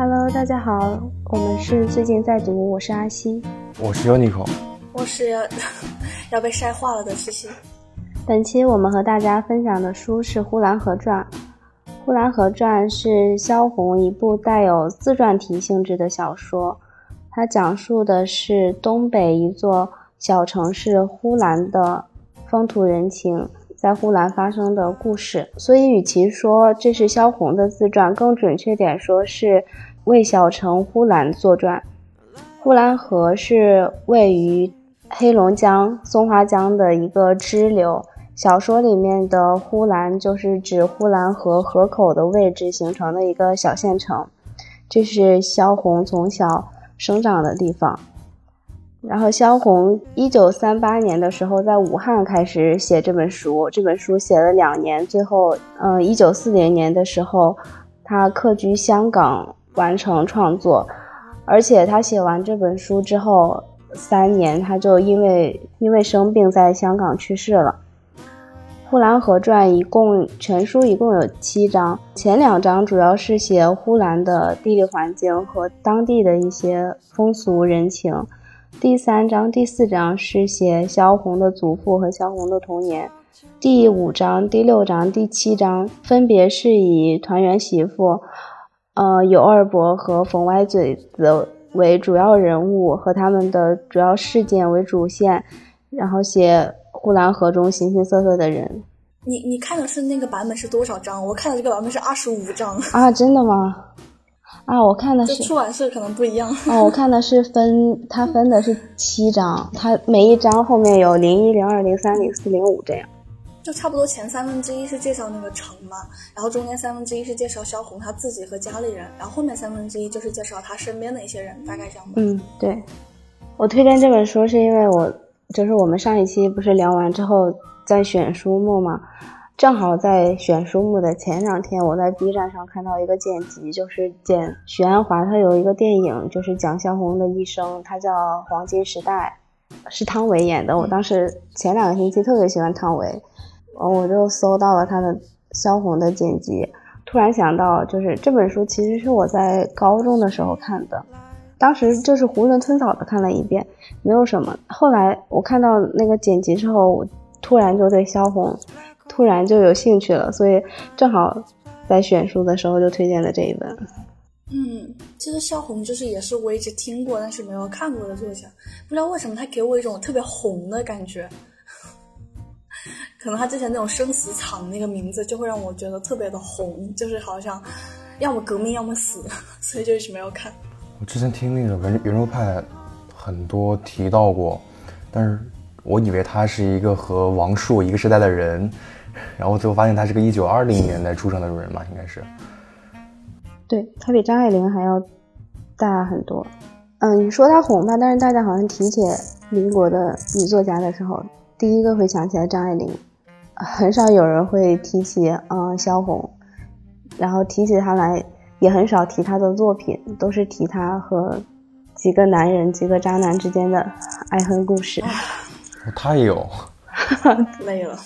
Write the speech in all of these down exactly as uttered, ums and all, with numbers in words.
Hello， 大家好，我们是最近在读，我是阿西， 我是 Unico， 我是要要被晒化了的西西。 本期我们和大家分享的书是《呼兰河传》。《呼兰河传》是萧红一部带有自传体性质的小说，它讲述的是东北一座小城市呼兰的风土人情，在呼兰发生的故事。所以与其说这是萧红的自传，更准确点说是为小城呼兰作传。呼兰河是位于黑龙江松花江的一个支流，小说里面的呼兰就是指呼兰河河口的位置形成的一个小县城，这是萧红从小生长的地方。然后萧红一九三八年的时候在武汉开始写这本书，这本书写了两年，最后嗯一九四零年的时候他客居香港完成创作。而且他写完这本书之后三年他就因为因为生病在香港去世了。呼兰河传一共全书一共有七章，前两章主要是写呼兰的地理环境和当地的一些风俗人情，第三章第四章是写萧红的祖父和萧红的童年，第五章第六章第七章分别是以团圆媳妇呃，有二伯和冯歪嘴子为主要人物和他们的主要事件为主线，然后写呼兰河中形形色色的人。 你你看的是那个版本是多少章？我看的这个版本是二十五章。 啊，真的吗？啊，我看的是出版社可能不一样。 哦，我看的是分，它分的是七章，它每一章后面有零一、零二、零三、零四、零五这样。 就差不多前三分之一是介绍那个城嘛，然后中间三分之一是介绍萧红他自己和家里人，然后后面三分之一就是介绍他身边的一些人，大概这样吧。 嗯，对。我推荐这本书是因为我就是我们上一期不是聊完之后在选书目嘛，正好在选书目的前两天我在 B 站上看到一个剪辑，就是剪许鞍华他有一个电影就是讲萧红的一生，它叫《黄金时代》，是汤唯演的。我当时前两个星期特别喜欢汤唯，我就搜到了他的萧红的剪辑，突然想到就是这本书其实是我在高中的时候看的，当时就是囫囵吞枣的看了一遍，没有什么。后来我看到那个剪辑之后，我突然就对萧红突然就有兴趣了，所以正好在选书的时候就推荐了这一本。 嗯，其实萧红就是也是我一直听过但是没有看过的作家，不知道为什么他给我一种特别红的感觉，可能他之前那种生死场那个名字就会让我觉得特别的红，就是好像要么革命要么死，所以就一直没有看。 我之前听那个圆圆桌派很多提到过，但是我以为他是一个和王朔一个时代的人，然后最后发现他是个一九二零年代出生的人嘛，应该是。 对，他比张爱玲还要大很多。嗯，你说他红吧，但是大家好像提起民国的女作家的时候，第一个会想起来张爱玲，很少有人会提起嗯萧红，然后提起她来也很少提她的作品，都是提她和几个男人几个渣男之间的爱恨故事。 他也有累了，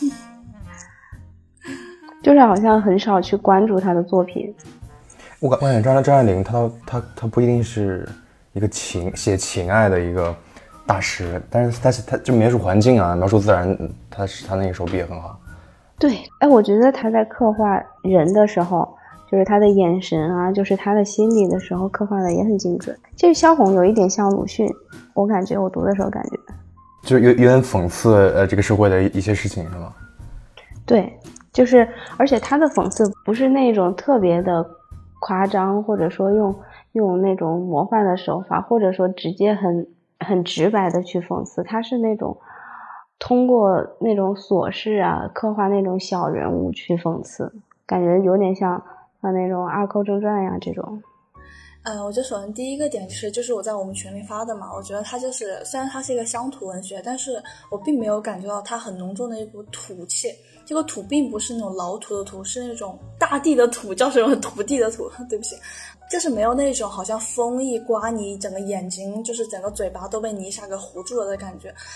就是好像很少去关注她的作品。 我感觉张张爱玲她她她不一定是一个情写情爱的一个大师，但是但是她就描述环境啊描述自然，她是她那个手笔也很好。 对，哎，我觉得她在刻画人的时候，就是她的眼神啊，就是她的心理的时候刻画的也很精准。其实萧红有一点像鲁迅，我感觉我读的时候感觉就是有有点讽刺呃这个社会的一些事情是吗？ 对，就是而且她的讽刺不是那种特别的夸张，或者说用用那种模范的手法，或者说直接很很直白的去讽刺，他是那种通过那种琐事啊刻画那种小人物去讽刺，感觉有点像像那种阿蔻正传呀这种。 呃，我觉得首先第一个点就是就是我在我们群里发的嘛，我觉得它就是虽然它是一个乡土文学，但是我并没有感觉到它很浓重的一股土气。这个土并不是那种老土的土，是那种大地的土，叫什么土地的土，对不起，就是没有那种好像风一刮你整个眼睛就是整个嘴巴都被泥沙给糊住了的感觉。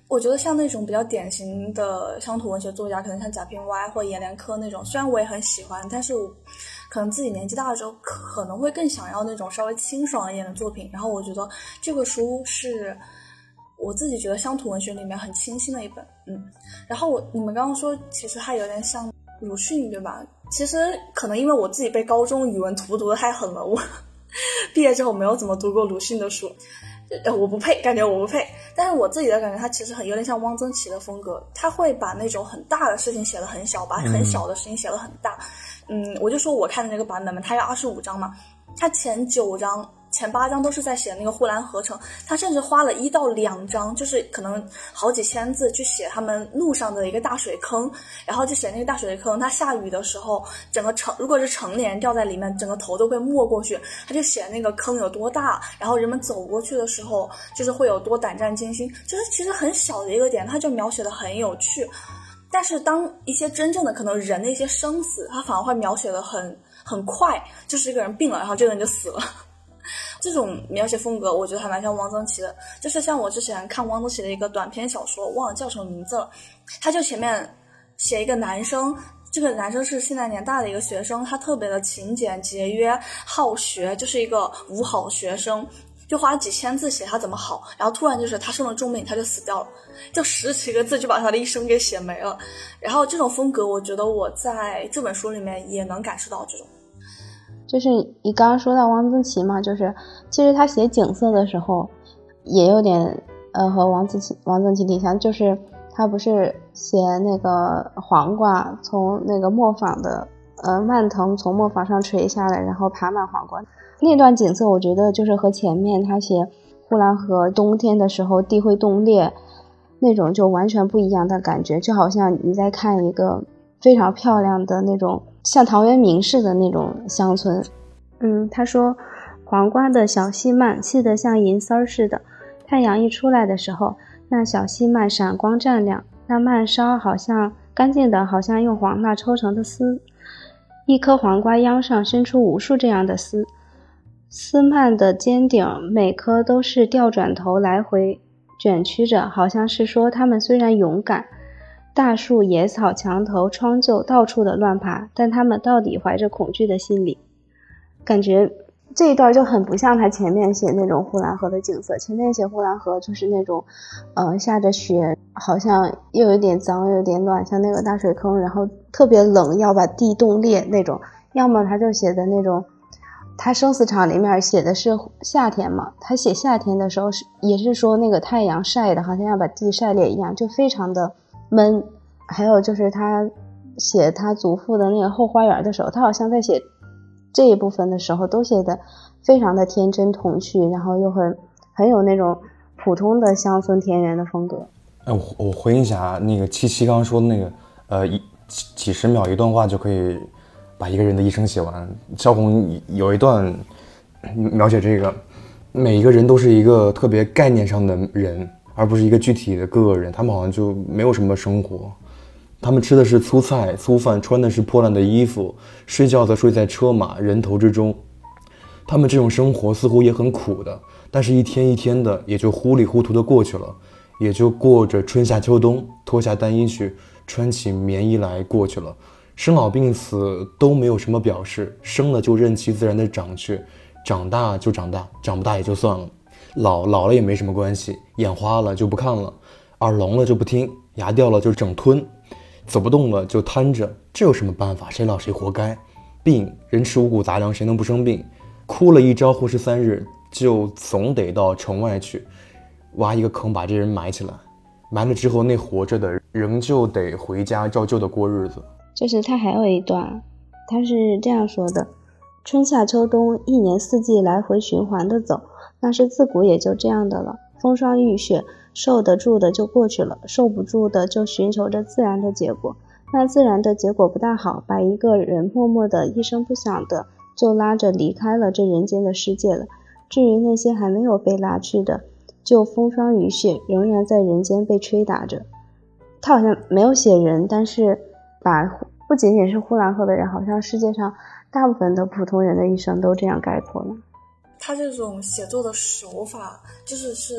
我觉得像那种比较典型的乡土文学作家，可能像贾平凹或阎连科那种，虽然我也很喜欢，但是我可能自己年纪大了之后可能会更想要那种稍微清爽一点的作品。然后我觉得这个书是我自己觉得乡土文学里面很清新的一本。嗯，然后我你们刚刚说其实它有点像鲁迅对吧？其实可能因为我自己被高中语文荼毒的太狠了，我毕业之后没有怎么读过鲁迅的书，我不配，感觉我不配。但是我自己的感觉他其实很有点像汪曾祺的风格，他会把那种很大的事情写得很小，把很小的事情写得很大。嗯，我就说我看的那个版本嘛，它有二十五章嘛，他前九章前八章都是在写那个呼兰河城，他甚至花了一到两章，就是可能好几千字去写他们路上的一个大水坑，然后就写那个大水坑，他下雨的时候整个城如果是成年人掉在里面，整个头都会没过去，他就写那个坑有多大，然后人们走过去的时候就是会有多胆战心惊，就是其实很小的一个点，他就描写的很有趣。但是当一些真正的可能人的一些生死，他反而会描写的很很快，就是一个人病了，然后这个人就死了。这种描写风格我觉得还蛮像汪曾祺的，就是像我之前看汪曾祺的一个短篇小说，忘了叫什么名字了，他就前面写一个男生，这个男生是现在年大的一个学生，他特别的勤俭节约好学，就是一个五好学生，就花了几千字写他怎么好，然后突然就是他生了重病，他就死掉了，就十几个字就把他的一生给写没了。然后这种风格我觉得我在这本书里面也能感受到这种。 就是你刚刚说到汪曾祺嘛，就是其实他写景色的时候也有点呃和汪曾祺汪曾祺挺像，就是他不是写那个黄瓜从那个磨坊的呃蔓藤从磨坊上垂下来，然后爬满黄瓜那段景色，我觉得就是和前面他写呼兰河冬天的时候地会冻裂那种就完全不一样的感觉，就好像你在看一个非常漂亮的那种像陶渊明式的那种乡村。嗯，他说黄瓜的小细蔓细得像银丝儿似的，太阳一出来的时候，那小细蔓闪光湛亮，那蔓梢好像干净的好像用黄蜡抽成的丝，一颗黄瓜秧上伸出无数这样的丝，丝蔓的尖顶每颗都是掉转头来回卷曲着，好像是说它们虽然勇敢，大树野草墙头窗就到处的乱爬，但它们到底怀着恐惧的心理。感觉这一段就很不像他前面写那种呼兰河的景色，前面写呼兰河就是那种呃下着雪，好像又有点脏又有点乱，像那个大水坑，然后特别冷要把地冻裂那种。要么他就写的那种，他生死场里面写的是夏天嘛，他写夏天的时候是也是说那个太阳晒的好像要把地晒裂一样，就非常的闷。还有就是他写他祖父的那个后花园的时候，他好像在写这一部分的时候都写的非常的天真童趣，然后又很很有那种普通的乡村田园的风格。 哎，我我回应一下那个七七刚刚说的那个，呃，一几十秒一段话就可以把一个人的一生写完。萧红有一段描写这个，每一个人都是一个特别概念上的人，而不是一个具体的个人，他们好像就没有什么生活。他们吃的是粗菜粗饭，穿的是破烂的衣服，睡觉则睡在车马人头之中。他们这种生活似乎也很苦的，但是一天一天的也就糊里糊涂的过去了，也就过着春夏秋冬，脱下单衣去，穿起棉衣来过去了。生老病死都没有什么表示，生了就任其自然的长去，长大就长大，长不大也就算了，老老了也没什么关系，眼花了就不看了，耳聋了就不听，牙掉了就整吞，走不动了就瘫着，这有什么办法？谁老谁活该。病，人吃五谷杂粮，谁能不生病？哭了一朝或是三日，就总得到城外去，挖一个坑把这人埋起来，埋了之后那活着的仍旧得回家照旧的过日子。 就是他还有一段，他是这样说的：春夏秋冬一年四季来回循环的走，那是自古也就这样的了。风霜雨雪，受得住的就过去了，受不住的就寻求着自然的结果。那自然的结果不大好，把一个人默默的一声不响的就拉着离开了这人间的世界了。至于那些还没有被拉去的，就风霜雨雪仍然在人间被吹打着。他好像没有写人，但是把不仅仅是呼兰河的人，好像世界上大部分的普通人的一生都这样概括了。 他这种写作的手法就是是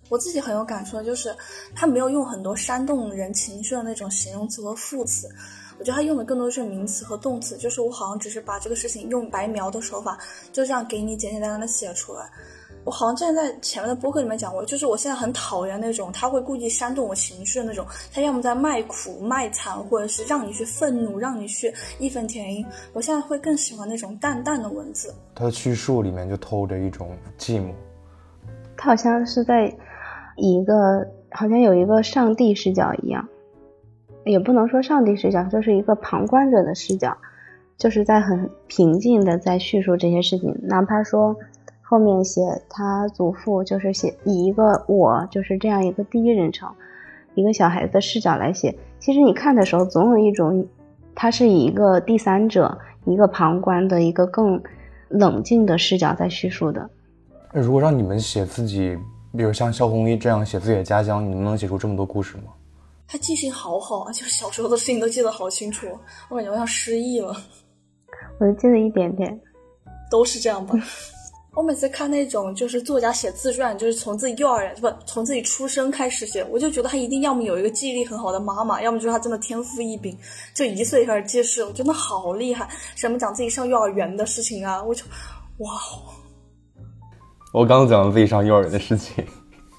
我自己很有感触的就是他没有用很多煽动人情绪的那种形容词和副词，我觉得他用的更多是名词和动词，就是我好像只是把这个事情用白描的手法就这样给你简简单单的写出来。我好像之前在前面的播客里面讲过，就是我现在很讨厌那种他会故意煽动我情绪的那种，他要么在卖苦卖惨，或者是让你去愤怒，让你去义愤填膺。我现在会更喜欢那种淡淡的文字， 他的叙述里面就透着一种寂寞。 他好像是在以一个好像有一个上帝视角一样，也不能说上帝视角，就是一个旁观者的视角，就是在很平静的在叙述这些事情。哪怕说后面写他祖父就是写以一个我就是这样一个第一人称一个小孩子的视角来写，其实你看的时候总有一种他是以一个第三者一个旁观的一个更冷静的视角在叙述的。 如果让你们写自己，比如像肖红一这样写自己的家乡，你们能写出这么多故事吗？ 他记性好好啊，就小时候的事情都记得好清楚，我感觉我要失忆了。 我就记得一点点， 都是这样吧。我每次看那种就是作家写自传，就是从自己幼儿园不从自己出生开始写，我就觉得他一定要么有一个记忆力很好的妈妈，要么就是他真的天赋异禀，就一岁开始记事，我真的好厉害。什么讲自己上幼儿园的事情啊，我就哇。 我刚讲自己上幼儿园的事情。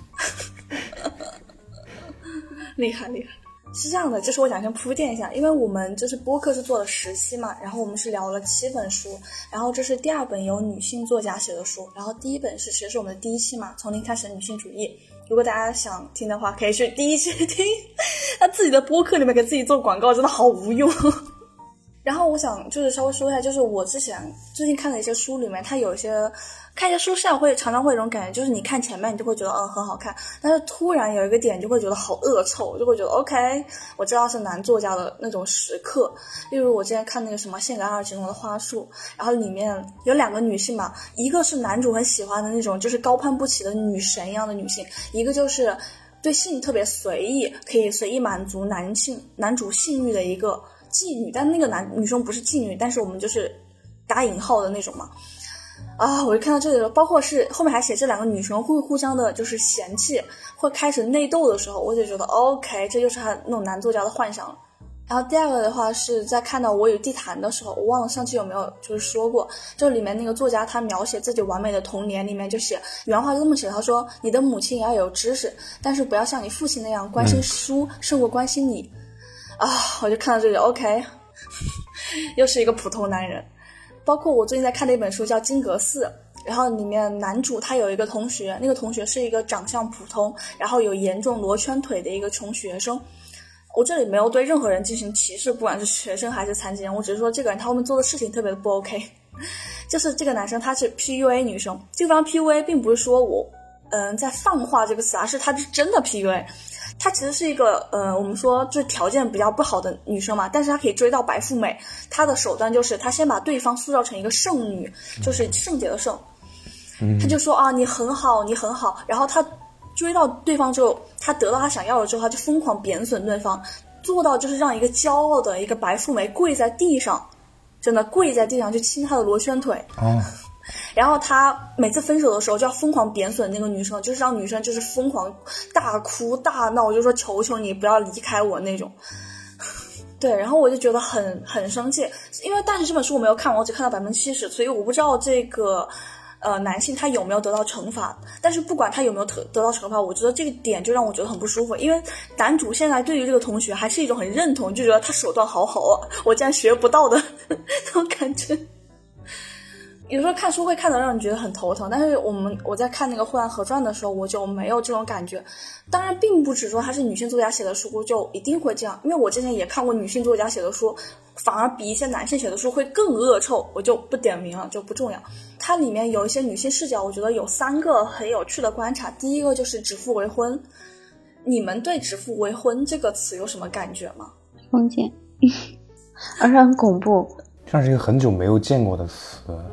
厉害厉害。是这样的，就是我想先铺垫一下，因为我们就是播客是做了十期嘛，然后我们是聊了七本书，然后这是第二本由女性作家写的书，然后第一本是其实是我们的第一期嘛，从零开始的女性主义。如果大家想听的话，可以去第一期听。他自己的播客里面给自己做广告，真的好无用。然后我想就是稍微说一下，就是我之前最近看的一些书里面，它有一些看一些书上会常常会有一种感觉，就是你看前面你就会觉得嗯很好看，但是突然有一个点就会觉得好恶臭，就会觉得 OK 我知道是男作家的那种时刻。例如我之前看那个什么献给阿尔吉诺的花束，然后里面有两个女性嘛，一个是男主很喜欢的那种就是高攀不起的女神一样的女性，一个就是对性特别随意，可以随意满足男性男主性欲的一个妓女，但那个男女生不是妓女，但是我们就是打引号的那种嘛。啊，我就看到这里了，包括是后面还写这两个女生会互相的就是嫌弃，会开始内斗的时候，我就觉得 OK， 这就是他那种男作家的幻想了。然后第二个的话是在看到我与地坛的时候，我忘了上期有没有就是说过，就里面那个作家他描写自己完美的童年，里面就写原话就这么写，他说你的母亲也要有知识，但是不要像你父亲那样关心书胜过关心你。啊，我就看到这里 OK， 又是一个普通男人。包括我最近在看的一本书叫《金阁寺》，然后里面男主他有一个同学，那个同学是一个长相普通，然后有严重罗圈腿的一个穷学生。我这里没有对任何人进行歧视，不管是学生还是残疾人，我只是说这个人他后面做的事情特别的不 OK。就是这个男生他是 P U A 女生，这个地方 P U A 并不是说我嗯在泛化这个词，而是他是真的 P U A。她其实是一个呃，我们说就是条件比较不好的女生嘛，但是她可以追到白富美。她的手段就是她先把对方塑造成一个圣女，就是圣洁的圣。她就说啊，你很好，你很好。然后她追到对方之后，她得到她想要的之后，她就疯狂贬损对方，做到就是让一个骄傲的一个白富美跪在地上，真的跪在地上去亲她的罗圈腿。 哦。 然后他每次分手的时候就要疯狂贬损那个女生，就是让女生就是疯狂大哭大闹，就说求求你不要离开我那种。对，然后我就觉得很很生气，因为但是这本书我没有看完，我只看到百分之七十，所以我不知道这个呃男性他有没有得到惩罚。但是不管他有没有得得到惩罚，我觉得这个点就让我觉得很不舒服，因为男主现在对于这个同学还是一种很认同，就觉得他手段好好啊，我竟然学不到的那种感觉。有时候看书会看得让人觉得很头疼，但是我们我在看那个《呼兰河传》的时候，我就没有这种感觉。当然，并不只说它是女性作家写的书就一定会这样，因为我之前也看过女性作家写的书，反而比一些男性写的书会更恶臭，我就不点名了，就不重要。它里面有一些女性视角，我觉得有三个很有趣的观察。第一个就是指腹为婚，你们对指腹为婚这个词有什么感觉吗？ 封建，而且很恐怖， 像是一个很久没有见过的词。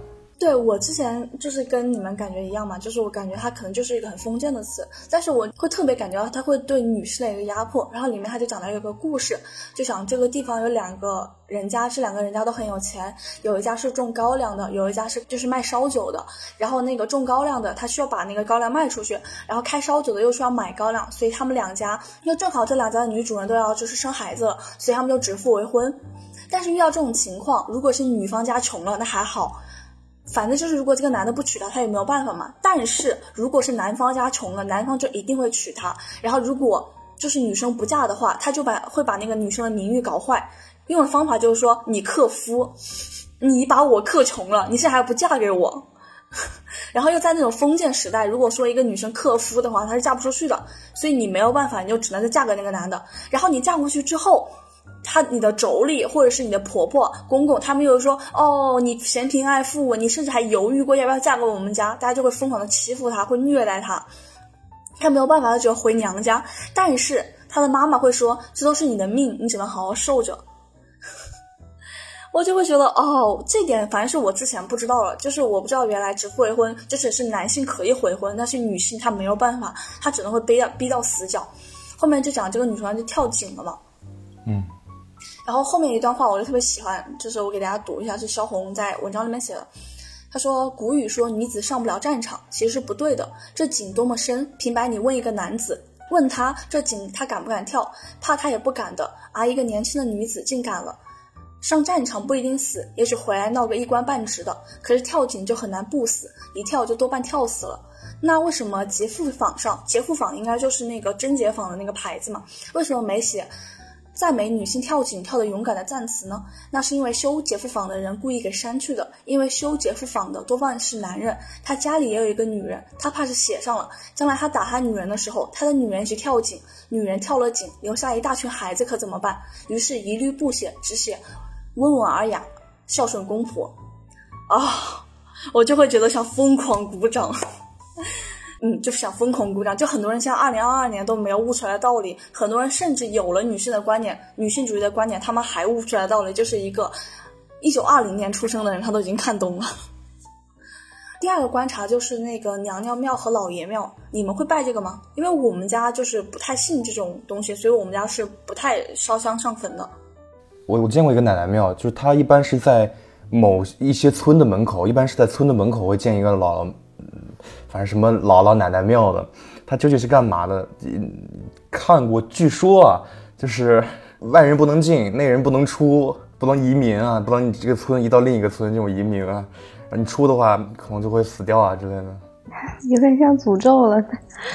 对，我之前就是跟你们感觉一样嘛，就是我感觉它可能就是一个很封建的词，但是我会特别感觉到它会对女士的一个压迫。然后里面它就讲到一个故事，就讲这个地方有两个人家，这两个人家都很有钱，有一家是种高粱的，有一家是就是卖烧酒的。然后那个种高粱的他需要把那个高粱卖出去，然后开烧酒的又需要买高粱，所以他们两家因为正好这两家的女主人都要就是生孩子了，所以他们就指腹为婚。但是遇到这种情况，如果是女方家穷了那还好，反正就是如果这个男的不娶她，他也没有办法嘛。但是如果是男方家穷了，男方就一定会娶她，然后如果就是女生不嫁的话，他就把会把那个女生的名誉搞坏，用的方法就是说你克夫，你把我克穷了，你现在还不嫁给我。然后又在那种封建时代，如果说一个女生克夫的话，她是嫁不出去的，所以你没有办法，你就只能再嫁给那个男的。然后你嫁过去之后，他你的妯娌或者是你的婆婆公公，他们又说哦你嫌贫爱富，你甚至还犹豫过要不要嫁给我们家，大家就会疯狂的欺负她，会虐待她，她没有办法，她只有回娘家。但是她的妈妈会说这都是你的命，你只能好好受着。我就会觉得哦，这点反正是我之前不知道了，就是我不知道原来指腹为婚就是是男性可以回婚，但是女性她没有办法，她只能会逼到逼到死角。后面就讲这个女主人就跳井了嘛， 嗯， 然后后面一段话我就特别喜欢，就是我给大家读一下，是萧红在文章里面写的。他说古语说女子上不了战场，其实是不对的，这井多么深，平白你问一个男子，问他这井他敢不敢跳，怕他也不敢的，而一个年轻的女子竟敢了。上战场不一定死，也许回来闹个一官半职的，可是跳井就很难不死，一跳就多半跳死了。那为什么节妇坊上，节妇坊应该就是那个贞洁坊的那个牌子嘛，为什么没写赞美女性跳井跳得勇敢的赞词呢？那是因为修节妇坊的人故意给删去的，因为修节妇坊的多半是男人，他家里也有一个女人，他怕是写上了，将来他打他女人的时候，他的女人去跳井，女人跳了井，留下一大群孩子可怎么办？于是一律不写，只写温文尔雅，孝顺公婆。啊，我就会觉得想疯狂鼓掌。嗯，就是想疯狂鼓掌。就很多人像二零二二年都没有悟出来的道理，很多人甚至有了女性的观点，女性主义的观点，他们还悟出来的道理，就是一个一九二零年出生的人他都已经看懂了。第二个观察就是那个娘娘庙和老爷庙，你们会拜这个吗？因为我们家就是不太信这种东西，所以我们家是不太烧香上坟的。 我我见过一个奶奶庙，就是它一般是在某一些村的门口，一般是在村的门口会建一个老，反正什么姥姥奶奶庙的。它究竟是干嘛的？看过，据说啊，就是外人不能进，内人不能出，不能移民啊，不能你这个村移到另一个村这种移民啊，你出的话可能就会死掉啊之类的。 有点像诅咒了。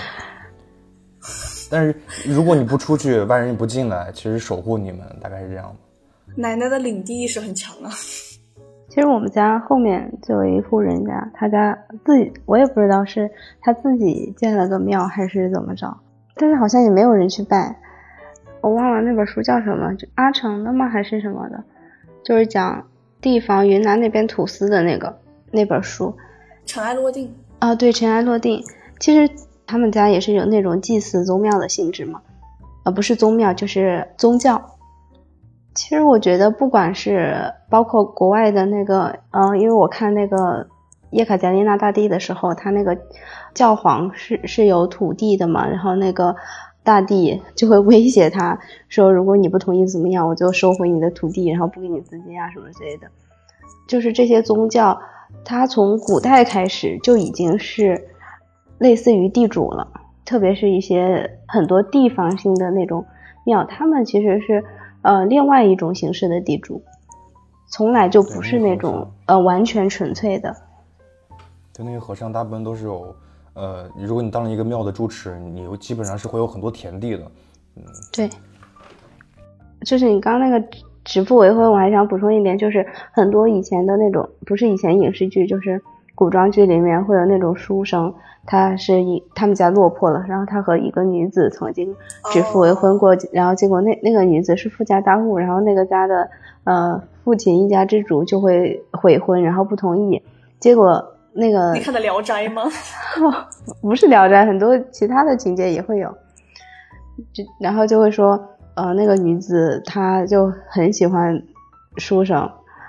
但是如果你不出去，外人也不进来，其实守护你们，大概是这样的。 奶奶的领地意识很强啊。 其实我们家后面就有一户人家，他家自己我也不知道是他自己建了个庙还是怎么着，但是好像也没有人去拜。我忘了那本书叫什么，就阿成的吗还是什么的，就是讲地方云南那边土司的那个那本书。 尘埃落定啊，对，尘埃落定。其实他们家也是有那种祭祀宗庙的性质嘛，呃，不是宗庙就是宗教。其实我觉得不管是包括国外的那个嗯、呃，因为我看那个叶卡捷琳娜大帝的时候，他那个教皇是是有土地的嘛，然后那个大帝就会威胁他说如果你不同意怎么样，我就收回你的土地，然后不给你资金啊什么之类的。就是这些宗教它从古代开始就已经是类似于地主了，特别是一些很多地方性的那种庙，他们其实是呃，另外一种形式的地主，从来就不是那种呃完全纯粹的。 对，那些和尚大部分都是有，呃，如果你当了一个庙的住持，你基本上是会有很多田地的。嗯，对。 就是你刚刚那个指腹为婚，我还想补充一点，就是很多以前的那种，不是以前影视剧，就是古装剧里面会有那种书生，他是一他们家落魄了，然后他和一个女子曾经指腹为婚过， oh. 然后结果那那个女子是富家大户，然后那个家的呃父亲一家之主就会悔婚，然后不同意，结果那个你看的聊斋吗？ 不是聊斋，很多其他的情节也会有，就然后就会说呃那个女子她就很喜欢书生，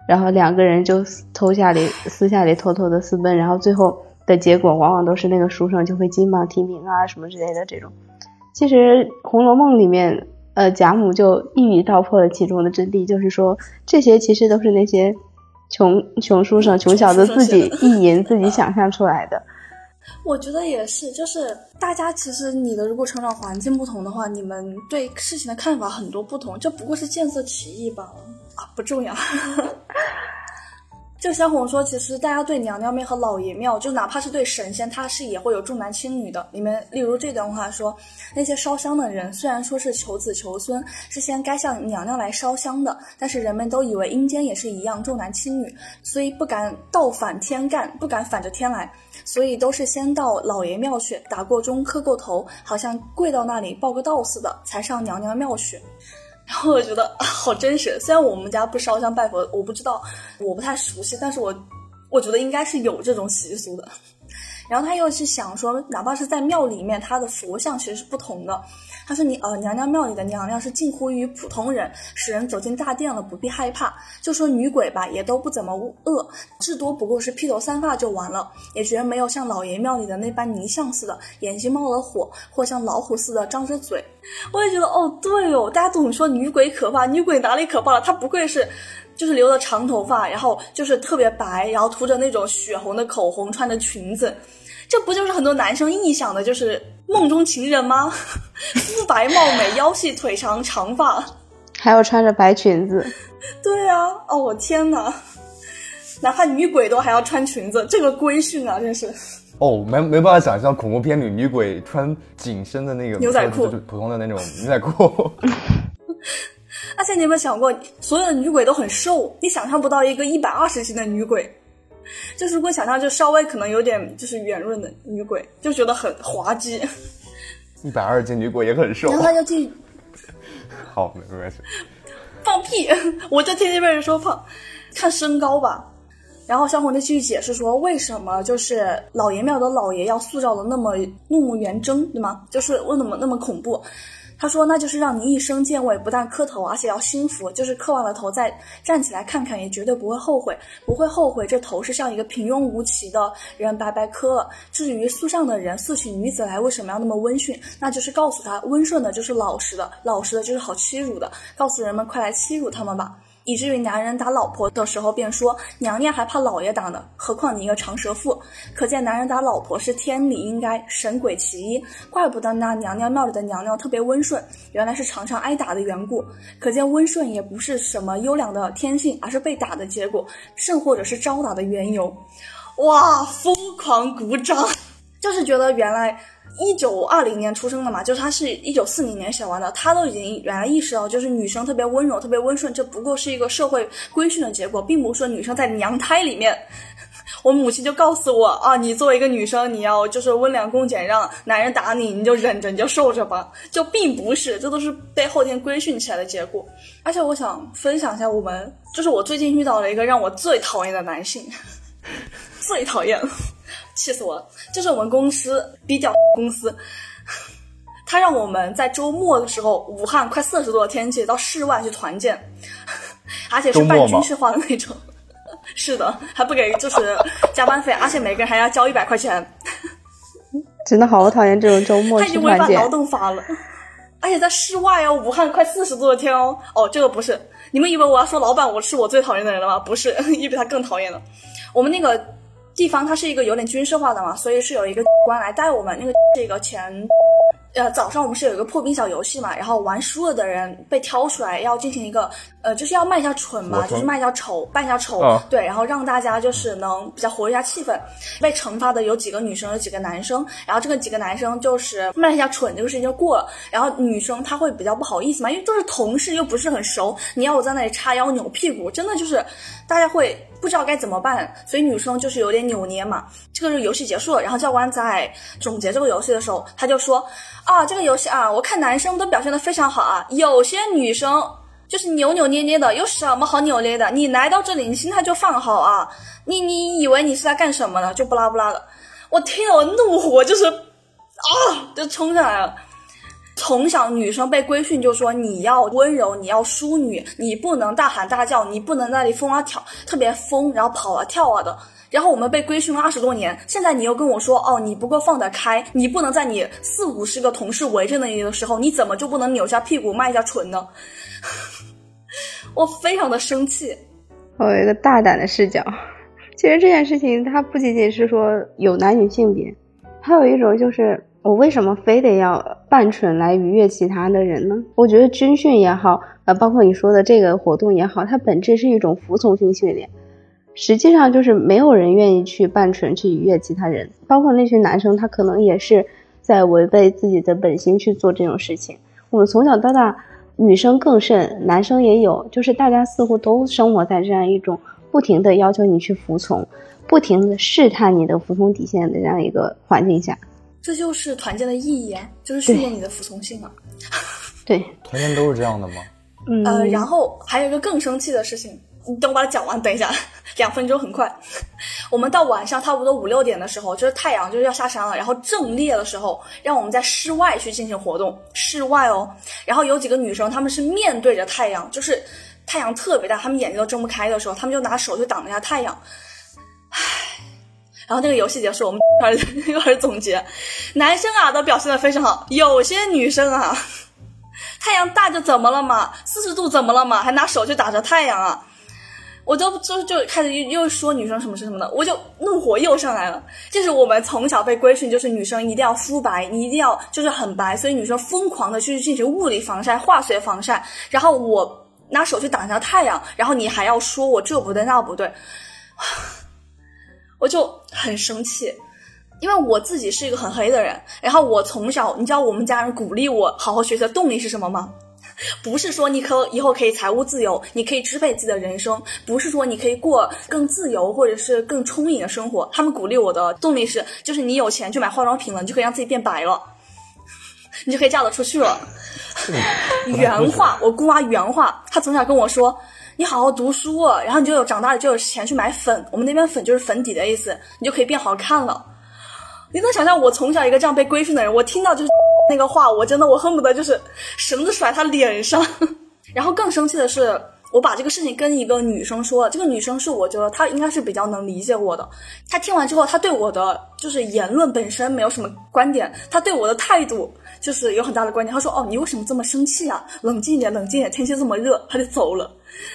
然后两个人就偷下里私下里偷偷的私奔，然后最后的结果往往都是那个书生就会金榜题名啊什么之类的这种。其实《红楼梦》里面呃，贾母就一语道破了其中的真谛，就是说这些其实都是那些穷穷书生穷小子自己意淫自己想象出来的。 我觉得也是，就是大家其实你的如果成长环境不同的话，你们对事情的看法很多不同，这不过是见色起意罢了啊，不重要。就小红说，其实大家对娘娘庙和老爷庙，就哪怕是对神仙，它是也会有重男轻女的。里面例如这段话说，那些烧香的人虽然说是求子求孙，是先该向娘娘来烧香的，但是人们都以为阴间也是一样重男轻女，所以不敢倒反天干，不敢反着天来，所以都是先到老爷庙去打过钟磕过头，好像跪到那里报个到似的，才上娘娘庙去。然后我觉得、啊、好真实，虽然我们家不烧香拜佛，我不知道，我不太熟悉，但是我我觉得应该是有这种习俗的。然后他又是想说，哪怕是在庙里面，他的佛像其实是不同的。他说你呃娘娘庙里的娘娘是近乎于普通人，使人走进大殿了不必害怕。就说女鬼吧，也都不怎么恶，至多不过是披头散发就完了，也绝没有像老爷庙里的那般泥像似的眼睛冒了火，或像老虎似的张着嘴。我也觉得哦对哦，大家总说女鬼可怕，女鬼哪里可怕了？她不愧是就是留着长头发，然后就是特别白，然后涂着那种血红的口红，穿着裙子，这不就是很多男生臆想的就是梦中情人吗？肤白貌美，腰细腿长，长发， 还有穿着白裙子。 对啊，哦我天哪，哪怕女鬼都还要穿裙子，这个规训啊真是。 哦，没没办法想象恐怖片里女鬼穿紧身的那个牛仔裤， 就是普通的那种牛仔裤。 而且你有没有想过，所有的女鬼都很瘦，你想象不到一个一百二十斤的女鬼。就是如果想象就稍微可能有点就是圆润的女鬼，就觉得很滑稽。 一百二十斤女鬼也很瘦。 然后他就进， 好，没关系。 放屁！我这天天被人说胖，看身高吧。然后萧红就继续解释说，为什么就是老爷庙的老爷要塑造的那么怒目圆睁，对吗？就是为什么那么恐怖？他说那就是让你一生见位，不但磕头，而且要心服，就是磕完了头再站起来看看，也绝对不会后悔，不会后悔这头是像一个平庸无奇的人白白磕了。至于素上的人塑起女子来为什么要那么温驯，那就是告诉他，温顺的就是老实的，老实的就是好欺辱的，告诉人们快来欺辱他们吧。以至于男人打老婆的时候便说，娘娘还怕老爷打呢，何况你一个长舌妇。可见男人打老婆是天理应该，神鬼其一，怪不得那娘娘庙里的娘娘特别温顺，原来是常常挨打的缘故。可见温顺也不是什么优良的天性，而是被打的结果，甚或者是招打的缘由。哇，疯狂鼓掌，就是觉得原来一九二零年出生的嘛，就是他是一九四零年写完的，他都已经原来意识到，就是女生特别温柔特别温顺，这不过是一个社会规训的结果，并不是说女生在娘胎里面。我母亲就告诉我啊，你作为一个女生，你要就是温良恭俭让，男人打你你就忍着，你就受着吧，就并不是，这都是被后天规训起来的结果。而且我想分享一下，我们就是我最近遇到了一个让我最讨厌的男性，最讨厌了，气死我了！就是我们公司比较公司，他让我们在周末的时候，武汉快四十度的天气到室外去团建，而且是半军事化的那种。是的，还不给就是加班费，而且每个人还要交一百块钱。 真的好讨厌这种周末去团建。 他已经违反劳动法了，而且在室外哦，武汉快四十度的天哦。哦，这个不是，你们以为我要说老板我是我最讨厌的人了吗？不是，也比他更讨厌了。我们那个地方它是一个有点军事化的嘛，所以是有一个官来带我们。那个这个前呃早上我们是有一个破冰小游戏嘛，然后玩输了的人被挑出来要进行一个呃就是要卖一下蠢嘛，就是卖一下丑，扮一下丑、哦、对，然后让大家就是能比较活一下气氛。被惩罚的有几个女生有几个男生，然后这个几个男生就是卖一下蠢这个事情就过了，然后女生她会比较不好意思嘛，因为都是同事又不是很熟，你要我在那里叉腰扭屁股，真的就是大家会不知道该怎么办，所以女生就是有点扭捏嘛。这个游戏结束了，然后教官在总结这个游戏的时候，他就说啊，这个游戏啊，我看男生都表现得非常好啊，有些女生就是扭扭捏捏的，有什么好扭捏的？你来到这里，你心态就放好啊！你你以为你是在干什么呢？就不拉不拉的。我听了我怒火就是啊，就冲上来了。 从小女生被规训就说你要温柔，你要淑女，你不能大喊大叫，你不能在那里疯啊跳，特别疯，然后跑啊跳啊的。然后我们被规训了二十多年，现在你又跟我说哦，你不够放得开，你不能在你四五十个同事围着你的时候，你怎么就不能扭下屁股迈一下唇呢？我非常的生气。 我有一个大胆的视角，其实这件事情它不仅仅是说有男女性别，还有一种就是我为什么非得要扮蠢来逾越其他的人呢？我觉得军训也好，呃，包括你说的这个活动也好，它本质是一种服从性训练。实际上就是没有人愿意去扮蠢去逾越其他人，包括那群男生他可能也是在违背自己的本心去做这种事情。我们从小到大，女生更甚，男生也有，就是大家似乎都生活在这样一种不停的要求你去服从，不停的试探你的服从底线的这样一个环境下。 这就是团建的意义啊，就是训练你的服从性啊。 对， 团建都是这样的吗？ 嗯， 呃，然后还有一个更生气的事情，你等我把它讲完，等一下，两分钟很快。我们到晚上差不多五六点的时候，就是太阳就是要下山了，然后正烈的时候，让我们在室外去进行活动，室外哦。然后有几个女生，她们是面对着太阳，就是太阳特别大，她们眼睛都睁不开的时候，她们就拿手去挡一下太阳。唉，然后那个游戏结束，我们开始开始总结，男生啊都表现得非常好，有些女生啊，太阳大就怎么了嘛，四十度怎么了嘛，还拿手去打着太阳啊。我就就就开始又说女生什么是什么的，我就怒火又上来了。就是我们从小被规训，就是女生一定要肤白，你一定要就是很白，所以女生疯狂的去进行物理防晒、化学防晒。然后我拿手去挡一下太阳，然后你还要说我这不对那不对，我就很生气。因为我自己是一个很黑的人，然后我从小，你知道我们家人鼓励我好好学习的动力是什么吗？不是说你可以后可以财务自由，你可以支配自己的人生，不是说你可以过更自由或者是更充盈的生活。他们鼓励我的动力是，就是你有钱去买化妆品了，你就可以让自己变白了，你就可以嫁得出去了。原话，我姑妈原话，她从小跟我说，你好好读书啊，然后你就有长大了就有钱去买粉，我们那边粉就是粉底的意思，你就可以变好看了。你能想象我从小一个这样被规训的人，我听到就是那个话，我真的我恨不得就是绳子甩他脸上。然后更生气的是，我把这个事情跟一个女生说了，这个女生是我觉得她应该是比较能理解我的。她听完之后，她对我的就是言论本身没有什么观点，她对我的态度就是有很大的观点。她说：“哦，你为什么这么生气啊？冷静一点，冷静一点，天气这么热。”她就走了。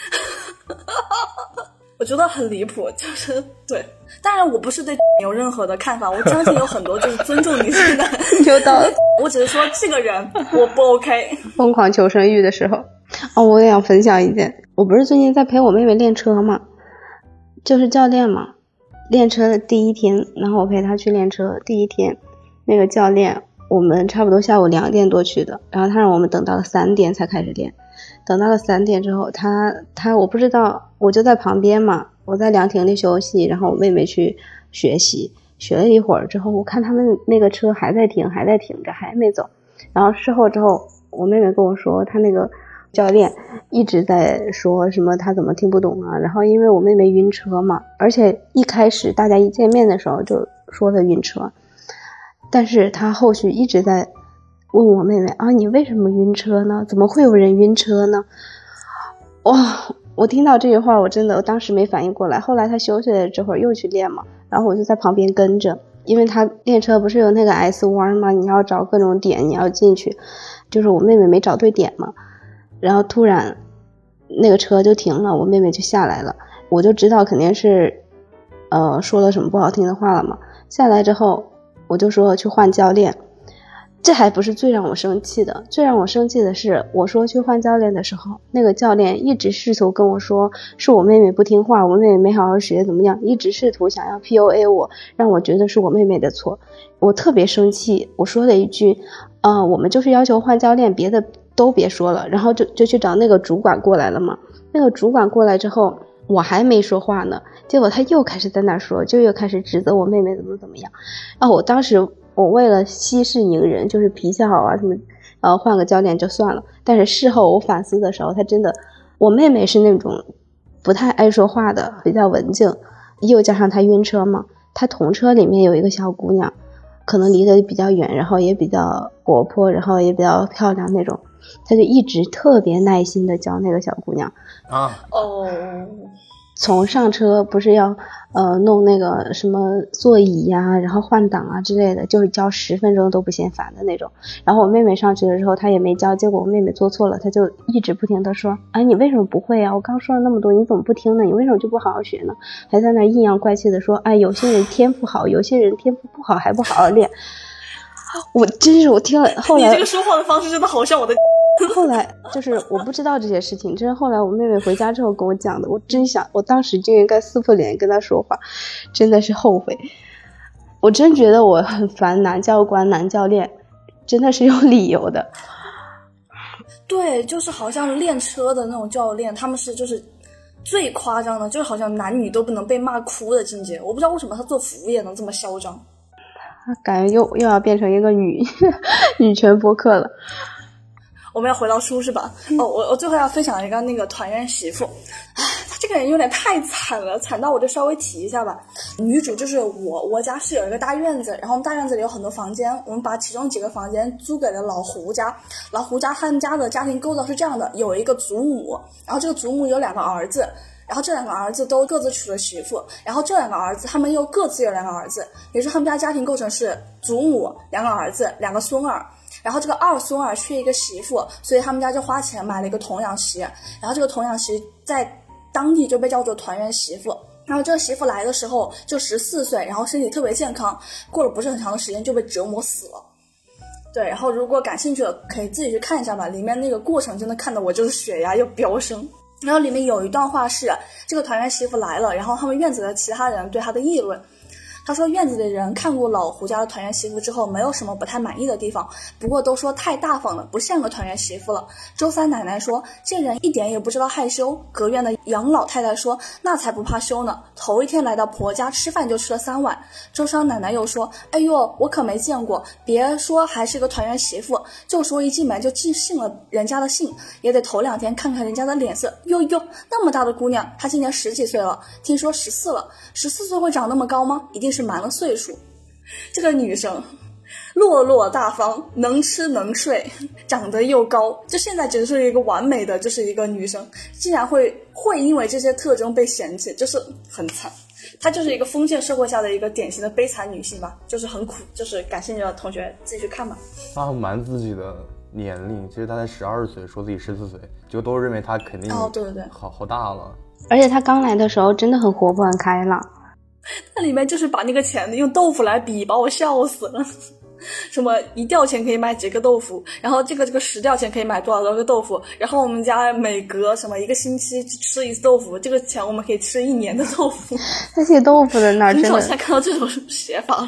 我觉得很离谱，就是对。当然，我不是对有任何的看法，我相信有很多就是尊重女性的。 有道理。 我只是说这个人我不 OK。 疯狂求生欲的时候，哦，我也想分享一件。我不是最近在陪我妹妹练车嘛，就是教练嘛，练车的第一天，然后我陪她去练车。第一天，那个教练，我们差不多下午两点多去的，然后他让我们等到了三点才开始练。等到了三点之后，他他我不知道，我就在旁边嘛，我在凉亭里休息，然后我妹妹去学习，学了一会儿之后，我看他们那个车还在停，还在停着，还没走。然后事后之后，我妹妹跟我说，他那个教练一直在说什么他怎么听不懂啊。然后因为我妹妹晕车嘛，而且一开始大家一见面的时候就说她晕车，但是他后续一直在问我妹妹啊，你为什么晕车呢？怎么会有人晕车呢？哇，我听到这句话，我真的我当时没反应过来。后来他休息了之后又去练嘛，然后我就在旁边跟着，因为他练车不是有那个 S 弯嘛，你要找各种点，你要进去，就是我妹妹没找对点嘛，然后突然那个车就停了，我妹妹就下来了，我就知道肯定是呃说了什么不好听的话了嘛。下来之后我就说去换教练。这还不是最让我生气的，最让我生气的是，我说去换教练的时候，那个教练一直试图跟我说是我妹妹不听话，我妹妹没好好学怎么样，一直试图想要 P U A 我，让我觉得是我妹妹的错。我特别生气，我说了一句呃，我们就是要求换教练，别的都别说了，然后就就去找那个主管过来了嘛。那个主管过来之后，我还没说话呢，结果他又开始在那说，就又开始指责我妹妹怎么怎么样。然后我当时我为了息事宁人，就是脾气好啊什么，呃，换个教练就算了。但是事后我反思的时候，他真的，我妹妹是那种不太爱说话的，比较文静，又加上她晕车嘛，她同车里面有一个小姑娘， 可能离得比较远，然后也比较活泼，然后也比较漂亮那种，他就一直特别耐心的教那个小姑娘啊。 哦， 从上车不是要呃弄那个什么座椅呀、然后换挡啊之类的，就是教十分钟都不嫌烦的那种。然后我妹妹上去了之后，她也没教，结果我妹妹做错了，她就一直不停的说，哎，你为什么不会啊？我刚说了那么多，你怎么不听呢？你为什么就不好好学呢？还在那阴阳怪气的说，哎，有些人天赋好，有些人天赋不好，还不好好练。我真是我听了，后来你这个说话的方式真的好像我的。 后来就是我不知道这些事情，这是后来我妹妹回家之后跟我讲的。我真想，我当时就应该撕破脸跟她说话，真的是后悔。我真觉得我很烦男教官、男教练，真的是有理由的。 对，就是好像练车的那种教练，他们是就是最夸张的，就是好像男女都不能被骂哭的境界。我不知道为什么他做服务业能这么嚣张。 他感觉又又要变成一个女女权播客了。 我们要回到书是吧？哦，我我最后要分享一个那个团圆媳妇，唉，她这个人有点太惨了，惨到我就稍微提一下吧。女主就是我，我家是有一个大院子，然后大院子里有很多房间，我们把其中几个房间租给了老胡家。老胡家他们家的家庭构造是这样的，有一个祖母，然后这个祖母有两个儿子。然后这两个儿子都各自娶了媳妇，然后这两个儿子他们又各自有两个儿子，也就是他们家家庭构成是祖母、两个儿子、两个孙儿。然后这个二孙儿缺一个媳妇，所以他们家就花钱买了一个童养媳，然后这个童养媳在当地就被叫做团圆媳妇。然后这个媳妇来的时候就十四岁，然后身体特别健康，过了不是很长的时间就被折磨死了。对，然后如果感兴趣的可以自己去看一下吧，里面那个过程真的看得我就是血压又飙升。然后里面有一段话是这个团圆媳妇来了，然后他们院子的其他人对她的议论。他说院子里人看过老胡家的团圆媳妇之后没有什么不太满意的地方，不过都说太大方了，不像个团圆媳妇了。周三奶奶说这人一点也不知道害羞。隔院的杨老太太说那才不怕羞呢，头一天来到婆家吃饭就吃了三碗。周商奶奶又说哎呦我可没见过，别说还是个团圆媳妇，就说一进门就进信了人家的信，也得头两天看看人家的脸色。哟哟，那么大的姑娘，她今年十几岁了，听说十四了，十四岁会长那么高吗？一定是瞒了岁数。这个女生落落大方，能吃能睡，长得又高，就现在只是一个完美的就是一个女生，竟然会会因为这些特征被嫌弃，就是很惨。她就是一个封建社会下的一个典型的悲惨女性吧，就是很苦。就是感兴趣的同学自己去看吧。 她瞒自己的年龄，其实她才十二岁，说自己十四岁，就都认为她肯定哦，对对对， 好好大了。 而且她刚来的时候真的很活泼很开朗。 那里面就是把那个钱用豆腐来比，把我笑死了。什么一吊钱可以买几个豆腐，然后这个这个十吊钱可以买多少多个豆腐，然后我们家每隔什么一个星期吃一次豆腐，这个钱我们可以吃一年的豆腐。 那些豆腐的那儿真的很少才看到这种写法。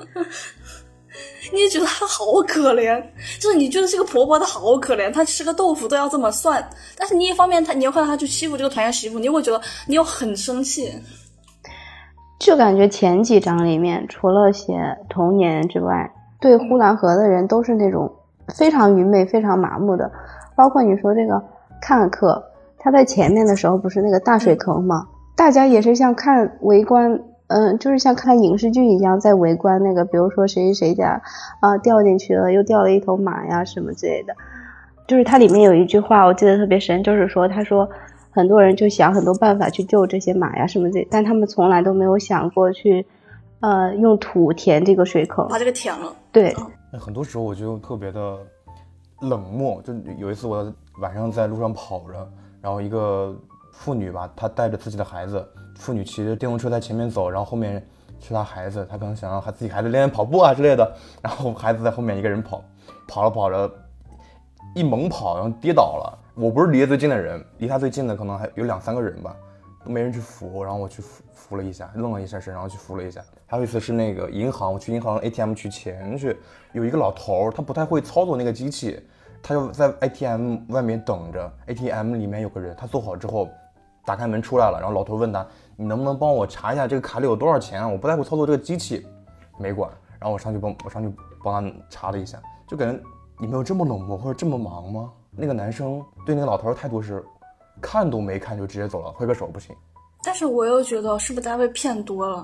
你也觉得她好可怜，就是你觉得这个婆婆她好可怜，她吃个豆腐都要这么算，但是你一方面她你又看到她去欺负这个团圆媳妇，你会觉得你又很生气。 就感觉前几章里面除了写童年之外，对呼兰河的人都是那种非常愚昧非常麻木的。包括你说这个看客，他在前面的时候不是那个大水坑吗？大家也是像看围观嗯、呃，就是像看影视剧一样在围观那个，比如说谁谁家啊、呃、掉进去了，又掉了一头马呀什么之类的。就是它里面有一句话我记得特别深，就是说他说很多人就想很多办法去救这些马呀什么的，但他们从来都没有想过去呃用土填这个水坑， 把这个填了。 对， 很多时候我就特别的冷漠。就有一次我晚上在路上跑着，然后一个妇女吧，她带着自己的孩子，妇女骑着电动车在前面走，然后后面是她孩子，她可能想让她自己孩子练练跑步啊之类的，然后孩子在后面一个人跑，跑着跑着一猛跑，然后跌倒了。我不是离得最近的人，离他最近的可能还有两三个人吧，都没人去扶，然后我去扶扶了一下，愣了一下身，然后去扶了一下。还有一次是那个银行，我去银行 A T M 取钱去，有一个老头他不太会操作那个机器，他就在 A T M 外面等着， A T M 里面有个人，他做好之后打开门出来了，然后老头问他，你能不能帮我查一下这个卡里有多少钱啊？我不太会操作这个机器。没管，然后我上去帮我上去帮他查了一下，就感觉你没有这么冷漠或者这么忙吗？那个男生对那个老头的态度是看都没看就直接走了，挥个手不行。 但是我又觉得是不是大家被骗多了？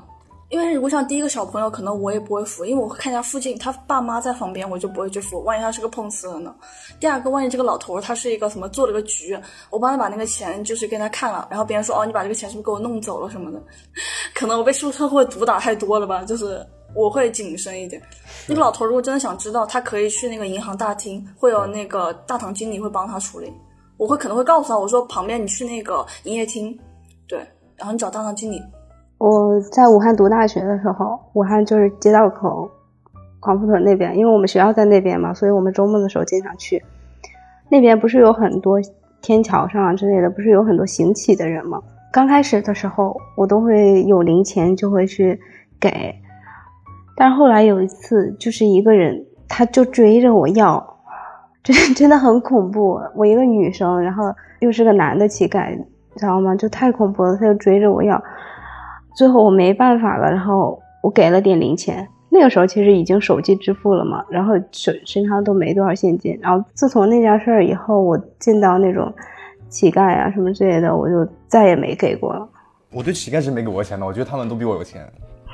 因为如果像第一个小朋友，可能我也不会扶，因为我会看一下附近他爸妈在旁边，我就不会去扶，万一他是个碰瓷的呢。第二个，万一这个老头他是一个什么做了个局，我帮他把那个钱就是跟他看了，然后别人说哦，你把这个钱是不是给我弄走了什么的，可能我被出社会毒打太多了吧，就是我会谨慎一点。那个老头如果真的想知道，他可以去那个银行大厅，会有那个大堂经理会帮他处理。我会可能会告诉他，我说旁边你去那个营业厅，对，然后你找大堂经理。 我在武汉读大学的时候，武汉就是街道口广福屯那边，因为我们学校在那边嘛，所以我们周末的时候经常去那边。不是有很多天桥上啊之类的，不是有很多行乞的人吗？刚开始的时候我都会有零钱就会去给，但是后来有一次就是一个人他就追着我要，真真的很恐怖。我一个女生，然后又是个男的乞丐，你知道吗？就太恐怖了，他就追着我要。最后我没办法了，然后我给了点零钱。那个时候其实已经手机支付了嘛，然后身身上都没多少现金。然后自从那件事儿以后，我见到那种乞丐啊什么之类的，我就再也没给过了。 我对乞丐是没给过钱的，我觉得他们都比我有钱。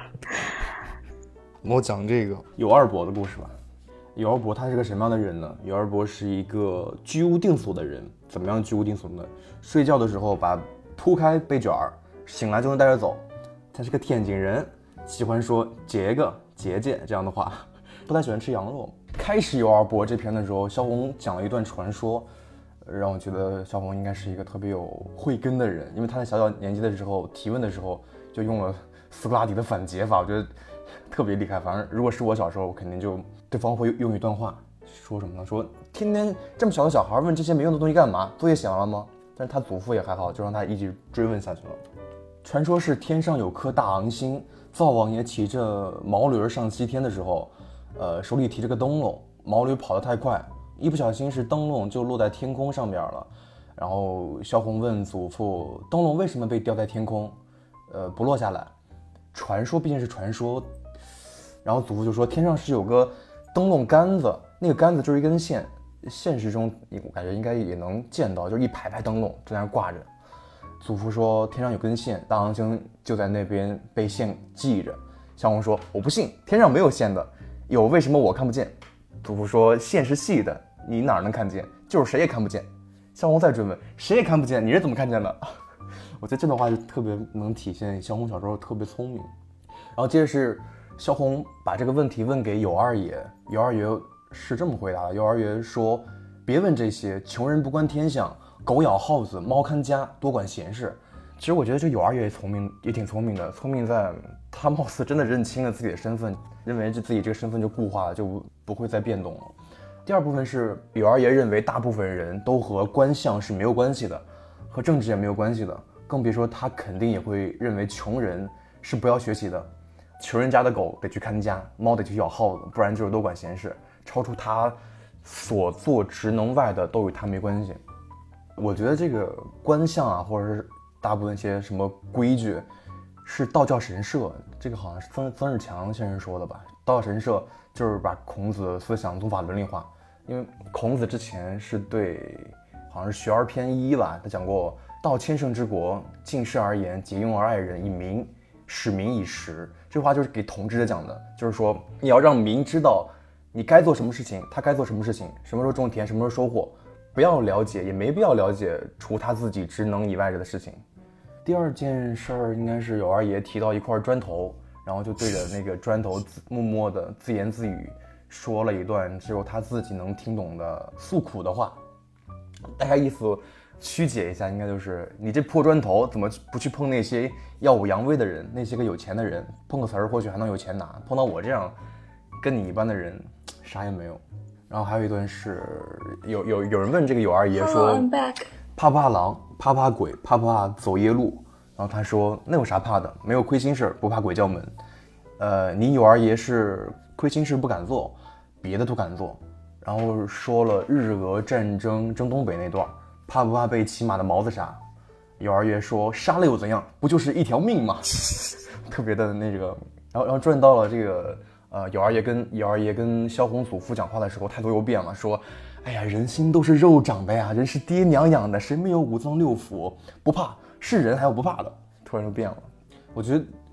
我讲这个尤二伯的故事吧。尤二伯他是个什么样的人呢？尤二伯是一个居无定所的人。怎么样居无定所呢？睡觉的时候把铺开被卷儿，醒来就能带着走。他是个天津人，喜欢说杰个姐姐这样的话，不太喜欢吃羊肉。开始尤二伯这篇的时候，萧红讲了一段传说，让我觉得萧红应该是一个特别有慧根的人，因为他在小小年纪的时候提问的时候就用了苏格拉底的反诘法，我觉得特别厉害。反正如果是我小时候，我肯定就对方会用一段话说什么呢？说天天这么小的小孩问这些没用的东西干嘛？作业写完了吗？但是他祖父也还好，就让他一直追问下去了。传说是天上有颗大昂星，灶王爷骑着毛驴上西天的时候，呃，手里提着个灯笼，毛驴跑得太快，一不小心是灯笼就落在天空上边了。然后萧红问祖父，灯笼为什么被吊在天空，呃，不落下来？传说毕竟是传说。然后祖父就说，天上是有个灯笼杆子，那个杆子就是一根线，现实中我感觉应该也能见到，就是一排排灯笼在那挂着。祖父说天上有根线，大昂星就在那边被线系着。萧红说我不信，天上没有线的，有为什么我看不见？祖父说线是细的，你哪能看见？就是谁也看不见。萧红再追问谁也看不见，你是怎么看见的？我觉得这段话就特别能体现萧红小时候特别聪明。然后接着是萧红把这个问题问给尤二爷，尤二爷是这么回答的。尤二爷说别问这些，穷人不观天象，狗咬耗子，猫看家，多管闲事。其实我觉得这尤二爷也聪明，也挺聪明的。聪明在他貌似真的认清了自己的身份，认为自己这个身份就固化了，就不会再变动了。第二部分是尤二爷认为大部分人都和观象是没有关系的，和政治也没有关系的，更别说他肯定也会认为穷人是不要学习的。穷人家的狗得去看家，猫得去咬耗子，不然就是多管闲事，超出他所做职能外的都与他没关系。我觉得这个观象啊，或者是大部分一些什么规矩，是道教神社，这个好像是曾曾仕强先生说的吧。道教神社就是把孔子思想宗法伦理化，因为孔子之前是对好像是学而篇一吧，他讲过道千乘之国，敬事而言，节用而爱人，以民使民以时。这话就是给统治者讲的，就是说你要让民知道你该做什么事情，他该做什么事情，什么时候种田，什么时候收获，不要了解，也没必要了解除他自己职能以外的事情。第二件事儿应该是尤二爷提到一块砖头，然后就对着那个砖头默默的自言自语说了一段只有他自己能听懂的诉苦的话。大概意思曲解一下，应该就是你这破砖头怎么不去碰那些耀武扬威的人，那些个有钱的人，碰个瓷儿或许还能有钱拿，碰到我这样跟你一般的人啥也没有。然后还有一段是有有有人问这个尤二爷说、 oh, I'm back. 怕不怕狼，怕不怕鬼，怕不怕走夜路？然后他说那有啥怕的，没有亏心事，不怕鬼叫门。呃，你尤二爷是亏心事不敢做，别的都敢做。然后说了日俄战争征东北那段，怕不怕被骑马的毛子杀？尤二爷说杀了又怎样，不就是一条命吗？特别的那个。然后然后转到了这个呃尤二爷跟尤二爷跟萧红祖父讲话的时候，态度又变了，说哎呀，人心都是肉长的呀，人是爹娘养的，谁没有五脏六腑？不怕是人还有不怕的，突然就变了。我觉得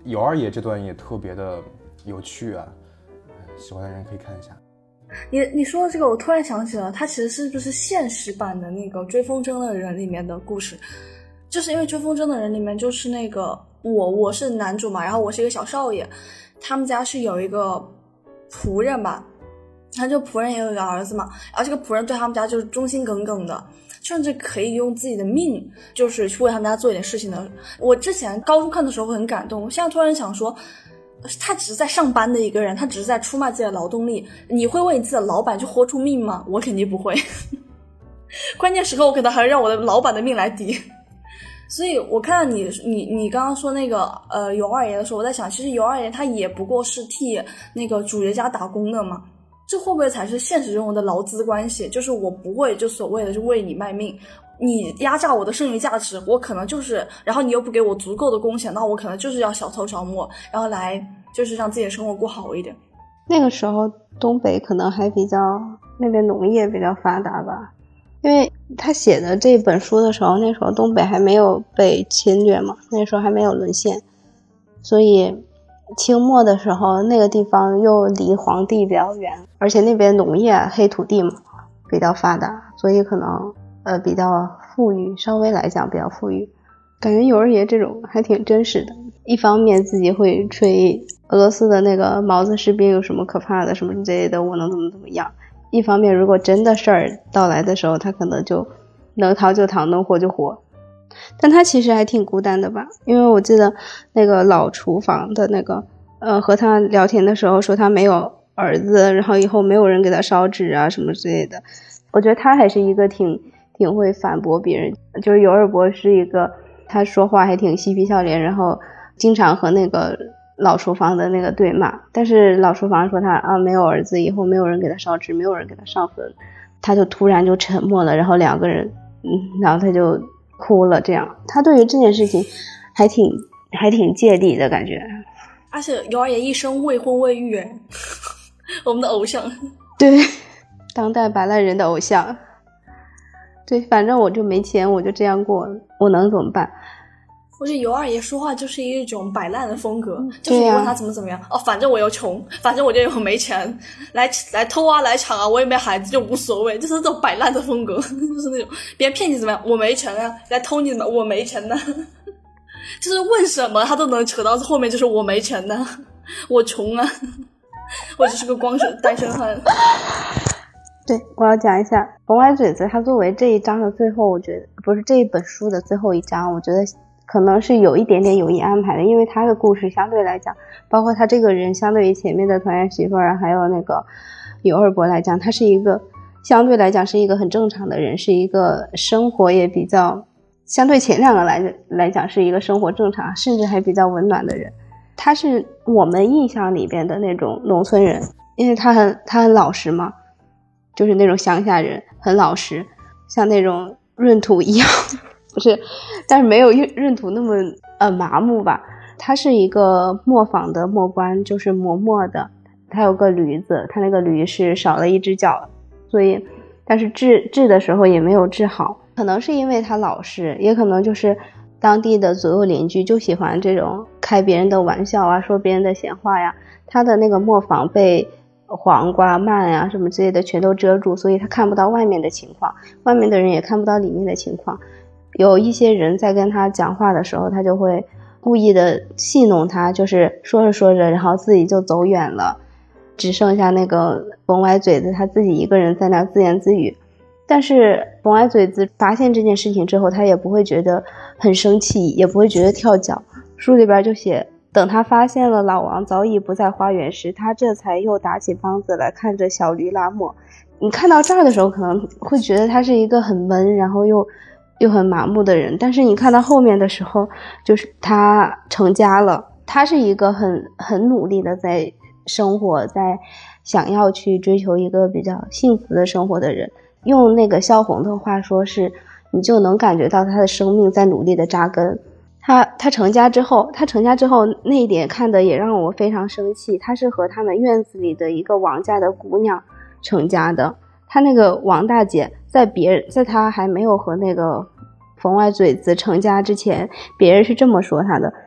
有二爷这段也特别的有趣啊，喜欢的人可以看一下。 你你说的这个我突然想起了，它其实是不是现实版的那个追风筝的人里面的故事，就是因为追风筝的人里面就是那个我我是男主嘛，然后我是一个小少爷，他们家是有一个仆人吧，他这个仆人也有一个儿子嘛，然后这个仆人对他们家就是忠心耿耿的，甚至可以用自己的命就是去为他们家做一点事情的。我之前高中看的时候很感动，我现在突然想说他只是在上班的一个人，他只是在出卖自己的劳动力，你会为你自己的老板去豁出命吗？我肯定不会关键时刻我可能还让我的老板的命来抵。所以我看到你你你刚刚说那个呃尤二爷的时候，我在想其实尤二爷他也不过是替那个主角家打工的嘛，这会不会才是现实中的劳资关系，就是我不会就所谓的就为你卖命，你压榨我的剩余价值，我可能就是然后你又不给我足够的工钱，那我可能就是要小偷小摸，然后来就是让自己的生活过好一点。 那个时候东北可能还比较那边农业比较发达吧，因为他写的这本书的时候，那时候东北还没有被侵略嘛，那时候还没有沦陷，所以清末的时候那个地方又离皇帝比较远，而且那边农业黑土地嘛比较发达，所以可能呃比较富裕，稍微来讲比较富裕。感觉尤二爷这种还挺真实的，一方面自己会吹俄罗斯的那个毛子士兵有什么可怕的什么之类的，我能怎么怎么样，一方面如果真的事儿到来的时候，他可能就能逃就逃，能活就活。但他其实还挺孤单的吧，因为我记得那个老厨房的那个呃和他聊天的时候说他没有儿子，然后以后没有人给他烧纸啊什么之类的。我觉得他还是一个挺挺会反驳别人，就是尤二伯是一个他说话还挺嬉皮笑脸，然后经常和那个老厨房的那个对骂，但是老厨房说他啊没有儿子，以后没有人给他烧纸，没有人给他上坟，他就突然就沉默了，然后两个人嗯，然后他就哭了，这样他对于这件事情还挺还挺芥蒂的感觉。 而且尤二爷一生未婚未育我们的偶像， 对，当代摆烂人的偶像。对，反正我就没钱，我就这样过，我能怎么办？ 我觉得尤二爷说话就是一种摆烂的风格，就是你问他怎么怎么样、啊、哦，反正我又穷，反正我这又没钱，来来偷啊来抢啊，我也没孩子就无所谓，就是这种摆烂的风格就是那种别人骗你怎么样，我没钱啊，来偷你怎么我没钱呢就是问什么他都能扯到后面，就是我没钱呢，我穷啊，我只是个光身单身汉。 对，我要讲一下冯歪嘴子，他作为这一章的最后，我觉得不是这一本书的最后一章，我觉得可能是有一点点有意安排的，因为他的故事相对来讲，包括他这个人相对于前面的团圆媳妇儿啊，还有那个尤二伯来讲，他是一个相对来讲是一个很正常的人，是一个生活也比较相对前两个来来讲是一个生活正常甚至还比较温暖的人。他是我们印象里边的那种农村人，因为他很他很老实嘛，就是那种乡下人，很老实，像那种闰土一样不是，但是没有闰土那么呃麻木吧。他是一个磨坊的磨官，就是磨墨的，他有个驴子，他那个驴是少了一只脚，所以但是治治的时候也没有治好，可能是因为他老实，也可能就是当地的左右邻居就喜欢这种开别人的玩笑啊，说别人的闲话呀。他的那个磨坊被黄瓜蔓啊什么之类的全都遮住，所以他看不到外面的情况，外面的人也看不到里面的情况。有一些人在跟他讲话的时候，他就会故意的戏弄他，就是说着说着然后自己就走远了，只剩下那个冯歪嘴子他自己一个人在那自言自语。但是冯歪嘴子发现这件事情之后，他也不会觉得很生气，也不会觉得跳脚。书里边就写，等他发现了老王早已不在花园时，他这才又打起梆子来看着小驴拉磨。你看到这儿的时候可能会觉得他是一个很闷然后又又很麻木的人，但是你看到后面的时候，就是他成家了，他是一个很很努力的在生活，在想要去追求一个比较幸福的生活的人。用那个萧红的话说是，你就能感觉到他的生命在努力的扎根。他他成家之后，他成家之后那一点看的也让我非常生气。他是和他们院子里的一个王家的姑娘成家的。他那个王大姐在别人在他还没有和那个冯歪嘴子成家之前，别人是这么说他的，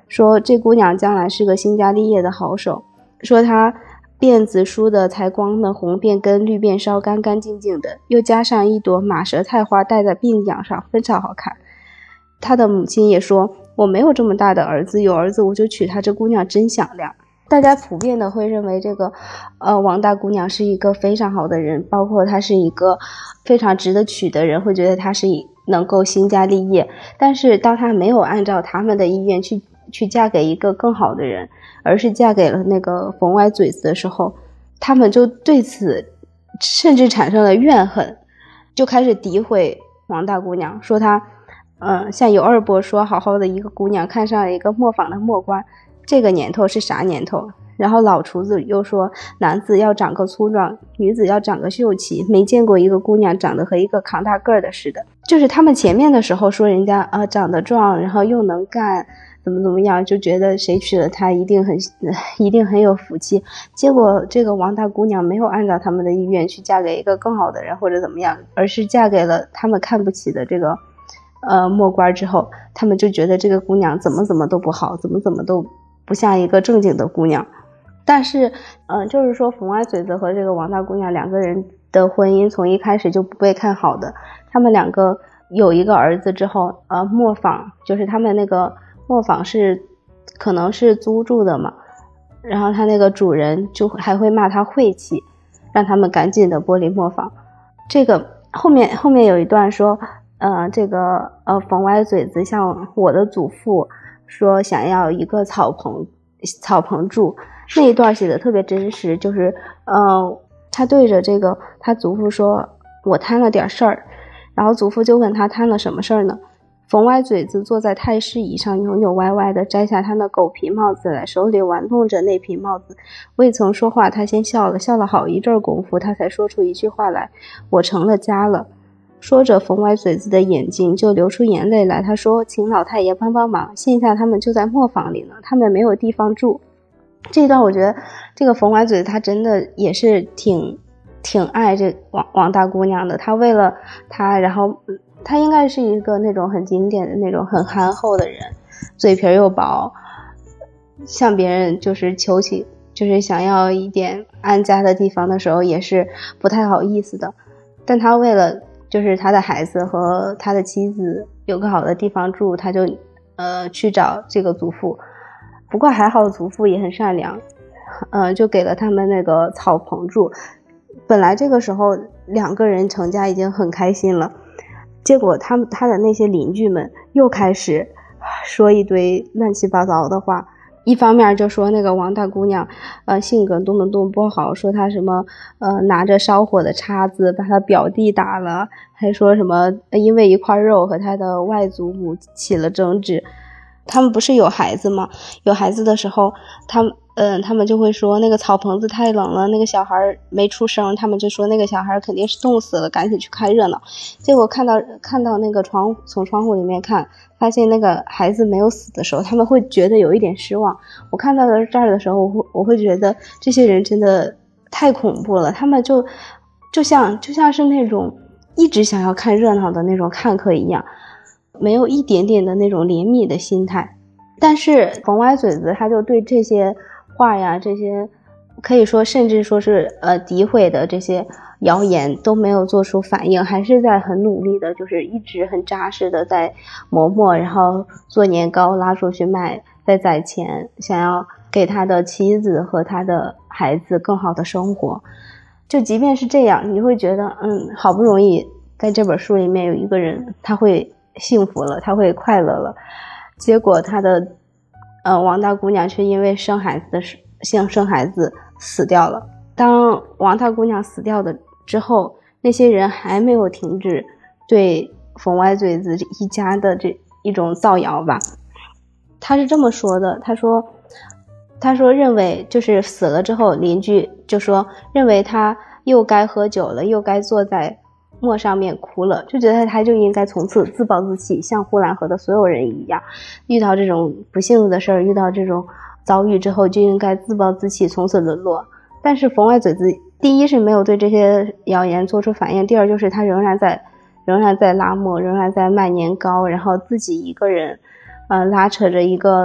说这姑娘将来是个兴家立业的好手，说她辫子梳的才光的红辫跟绿辫烧干干净净的，又加上一朵马舌菜花戴在鬓角上，非常好看。她的母亲也说，我没有这么大的儿子，有儿子我就娶她，这姑娘真响亮。大家普遍的会认为这个呃王大姑娘是一个非常好的人，包括她是一个非常值得娶的人，会觉得她是能够兴家立业。但是当她没有按照他们的意愿去去嫁给一个更好的人，而是嫁给了那个冯歪嘴子的时候，他们就对此甚至产生了怨恨，就开始诋毁王大姑娘，说她嗯，像尤二伯说好好的一个姑娘看上了一个磨坊的磨官，这个年头是啥年头？然后老厨子又说男子要长个粗壮，女子要长个秀气，没见过一个姑娘长得和一个扛大个儿的似的。就是他们前面的时候说人家啊长得壮，然后又能干，怎么怎么样，就觉得谁娶了她一定很一定很有福气。结果这个王大姑娘没有按照他们的意愿去嫁给一个更好的人或者怎么样，而是嫁给了他们看不起的这个呃磨官之后，他们就觉得这个姑娘怎么怎么都不好，怎么怎么都不像一个正经的姑娘。但是嗯、呃，就是说冯歪嘴子和这个王大姑娘两个人的婚姻从一开始就不被看好的。他们两个有一个儿子之后，呃磨坊就是他们那个磨坊是可能是租住的嘛，然后他那个主人就还会骂他晦气，让他们赶紧的剥离磨坊。这个后面后面有一段说呃这个呃冯歪嘴子向我的祖父说想要一个草棚草棚住，那一段写的特别真实，就是呃他对着这个他祖父说我摊了点事儿，然后祖父就问他摊了什么事儿呢？冯歪嘴子坐在太师椅上扭扭歪歪的摘下他那狗皮帽子来，手里玩弄着那皮帽子，未曾说话他先笑了，笑了好一阵功夫他才说出一句话来，我成了家了。说着冯歪嘴子的眼睛就流出眼泪来，他说请老太爷帮帮忙，现在他们就在磨坊里呢，他们没有地方住。这一段我觉得这个冯歪嘴子他真的也是挺挺爱这王王大姑娘的，他为了他，然后他应该是一个那种很经典的那种很憨厚的人，嘴皮又薄，向别人就是求起就是想要一点安家的地方的时候也是不太好意思的，但他为了就是他的孩子和他的妻子有个好的地方住，他就呃去找这个祖父。不过还好祖父也很善良，呃就给了他们那个草棚住。本来这个时候两个人成家已经很开心了，结果他们他的那些邻居们又开始说一堆乱七八糟的话。一方面就说那个王大姑娘呃性格多么多么不好，说她什么呃拿着烧火的叉子把她表弟打了，还说什么因为一块肉和她的外祖母起了争执。他们不是有孩子吗？有孩子的时候他们嗯，他们就会说那个草棚子太冷了，那个小孩没出生，他们就说那个小孩肯定是冻死了，赶紧去看热闹。结果看到看到那个窗从窗户里面看，发现那个孩子没有死的时候，他们会觉得有一点失望。我看到这儿的时候，我会我会觉得这些人真的太恐怖了，他们就就像就像是那种一直想要看热闹的那种看客一样，没有一点点的那种怜悯的心态。但是冯歪嘴子他就对这些话呀，这些可以说甚至说是呃诋毁的这些谣言都没有做出反应，还是在很努力的，就是一直很扎实的在磨磨，然后做年糕拉出去卖，再攒钱，想要给他的妻子和他的孩子更好的生活。就即便是这样，你会觉得嗯，好不容易在这本书里面有一个人他会幸福了，他会快乐了，结果他的呃王大姑娘却因为生孩子的生生孩子死掉了。当王大姑娘死掉的之后，那些人还没有停止对冯歪嘴子一家的这一种造谣吧。他是这么说的，他说他说认为就是死了之后，邻居就说认为他又该喝酒了，又该坐在磨上面哭了，就觉得他就应该从此自暴自弃，像呼兰河的所有人一样，遇到这种不幸的事儿，遇到这种遭遇之后就应该自暴自弃，从此沦落。但是冯歪嘴子第一是没有对这些谣言做出反应，第二就是他仍然在仍然在拉磨，仍然在卖年糕，然后自己一个人呃拉扯着一个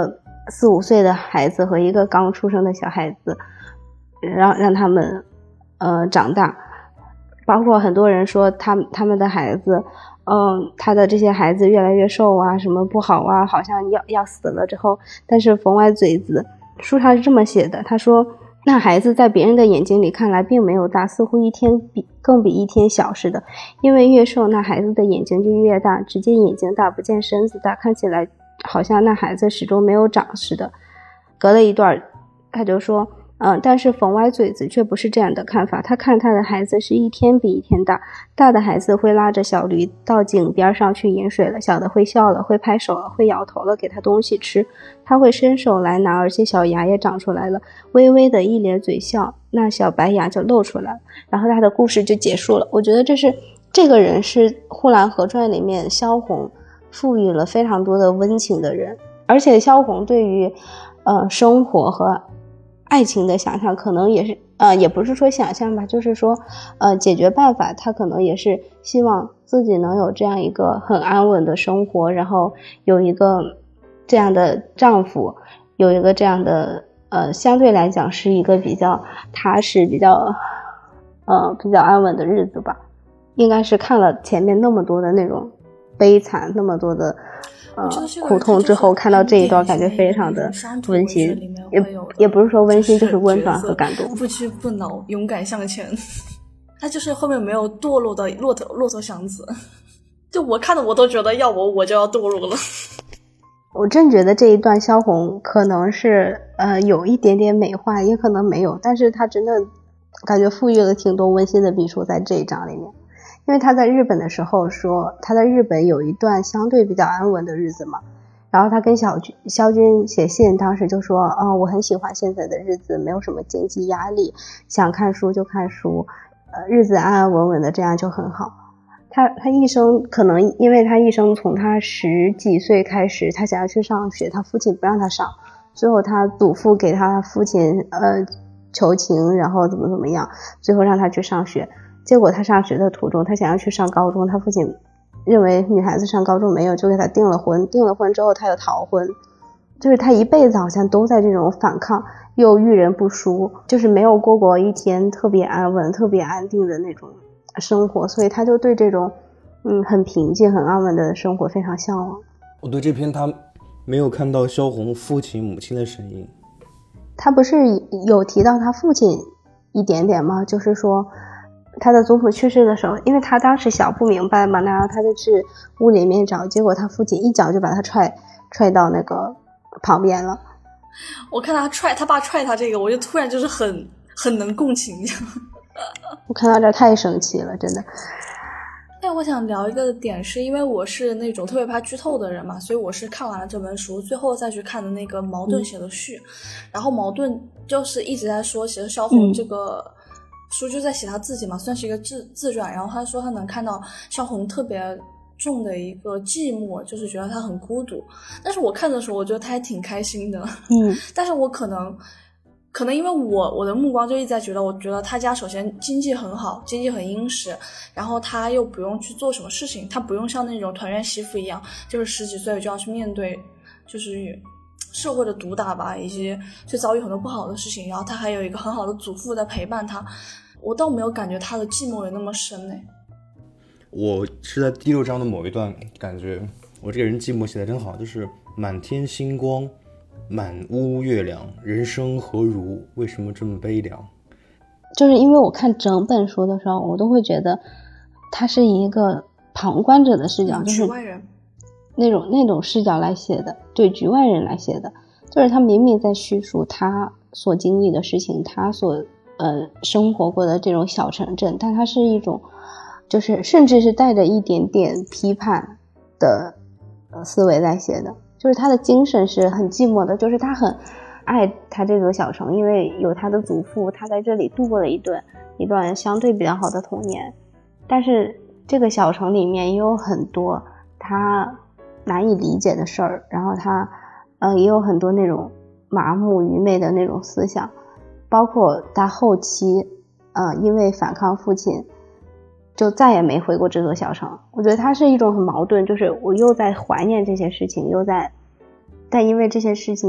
四五岁的孩子和一个刚出生的小孩子，让让他们呃长大。包括很多人说他他们的孩子嗯，他的这些孩子越来越瘦啊，什么不好啊，好像要要死了之后，但是冯歪嘴子书上是这么写的，他说那孩子在别人的眼睛里看来并没有大，似乎一天比更比一天小似的，因为越瘦那孩子的眼睛就越大，只见眼睛大不见身子大，看起来好像那孩子始终没有长似的。隔了一段他就说嗯，但是冯歪嘴子却不是这样的看法，他看他的孩子是一天比一天大，大的孩子会拉着小驴到井边上去饮水了，小的会笑了，会拍手了，会摇头了，给他东西吃，他会伸手来拿，而且小牙也长出来了，微微的一咧嘴笑，那小白牙就露出来了，然后他的故事就结束了。我觉得这是这个人是《呼兰河传》里面萧红赋予了非常多的温情的人，而且萧红对于呃生活和爱情的想象可能也是呃，也不是说想象吧，就是说呃，解决办法他可能也是希望自己能有这样一个很安稳的生活，然后有一个这样的丈夫，有一个这样的呃，相对来讲是一个比较踏实比较呃比较安稳的日子吧。应该是看了前面那么多的那种悲惨，那么多的呃，苦痛之后，看到这一段感觉非常的温馨，也也不是说温馨，就是温暖和感动。 不屈不挠，勇敢向前。他就是后面没有堕落的骆驼骆驼祥子，就我看的我都觉得要我我就要堕落了。 我真觉得这一段萧红可能是呃有一点点美化，也可能没有，但是他真的感觉赋予了挺多温馨的笔触在这一章里面。因为他在日本的时候说他在日本有一段相对比较安稳的日子嘛，然后他跟小萧军写信，当时就说哦，我很喜欢现在的日子，没有什么经济压力，想看书就看书，呃，日子安安稳稳的，这样就很好。他他一生可能因为他一生从他十几岁开始，他想要去上学，他父亲不让他上，最后他祖父给他父亲呃求情，然后怎么怎么样，最后让他去上学。结果他上学的途中，他想要去上高中，他父亲认为女孩子上高中没有，就给他订了婚。订了婚之后他又逃婚，就是他一辈子好像都在这种反抗，又遇人不淑，就是没有过过一天特别安稳特别安定的那种生活，所以他就对这种嗯很平静很安稳的生活非常向往。 我对这篇他没有看到萧红父亲母亲的身影。 他不是有提到他父亲一点点吗？就是说他的祖父去世的时候，因为他当时小不明白嘛，然后他就去屋里面找，结果他父亲一脚就把他踹踹到那个旁边了。 我看他踹他爸踹他这个，我就突然就是很很能共情。 我看到这太生气了，真的。 但我想聊一个点，是因为我是那种特别怕剧透的人嘛，所以我是看完了这本书最后再去看的那个茅盾写的序、嗯、然后茅盾就是一直在说其实萧红这个、嗯书就在写他自己嘛，算是一个自自传，然后他说他能看到萧红特别重的一个寂寞，就是觉得他很孤独。但是我看的时候我觉得他还挺开心的， 嗯， 但是我可能可能因为我我的目光就一直在觉得，我觉得他家首先经济很好，经济很殷实，然后他又不用去做什么事情，他不用像那种团圆媳妇一样，就是十几岁就要去面对就是社会的毒打吧，以及去遭遇很多不好的事情，然后他还有一个很好的祖父在陪伴他，我倒没有感觉他的寂寞有那么深呢。 我是在第六章的某一段感觉我这个人寂寞写得真好，就是满天星光，满屋月亮，人生何如，为什么这么悲凉。 就是因为我看整本书的时候，我都会觉得他是一个旁观者的视角，就是局外人那种那种视角来写的，对局外人来写的，就是他明明在叙述他所经历的事情，他所呃生活过的这种小城镇，但他是一种就是甚至是带着一点点批判的呃思维来写的，就是他的精神是很寂寞的，就是他很爱他这个小城，因为有他的祖父，他在这里度过了一段一段相对比较好的童年，但是这个小城里面也有很多他难以理解的事儿，然后他呃也有很多那种麻木愚昧的那种思想，包括他后期呃因为反抗父亲就再也没回过这座小城。我觉得他是一种很矛盾，就是我又在怀念这些事情，又在但因为这些事情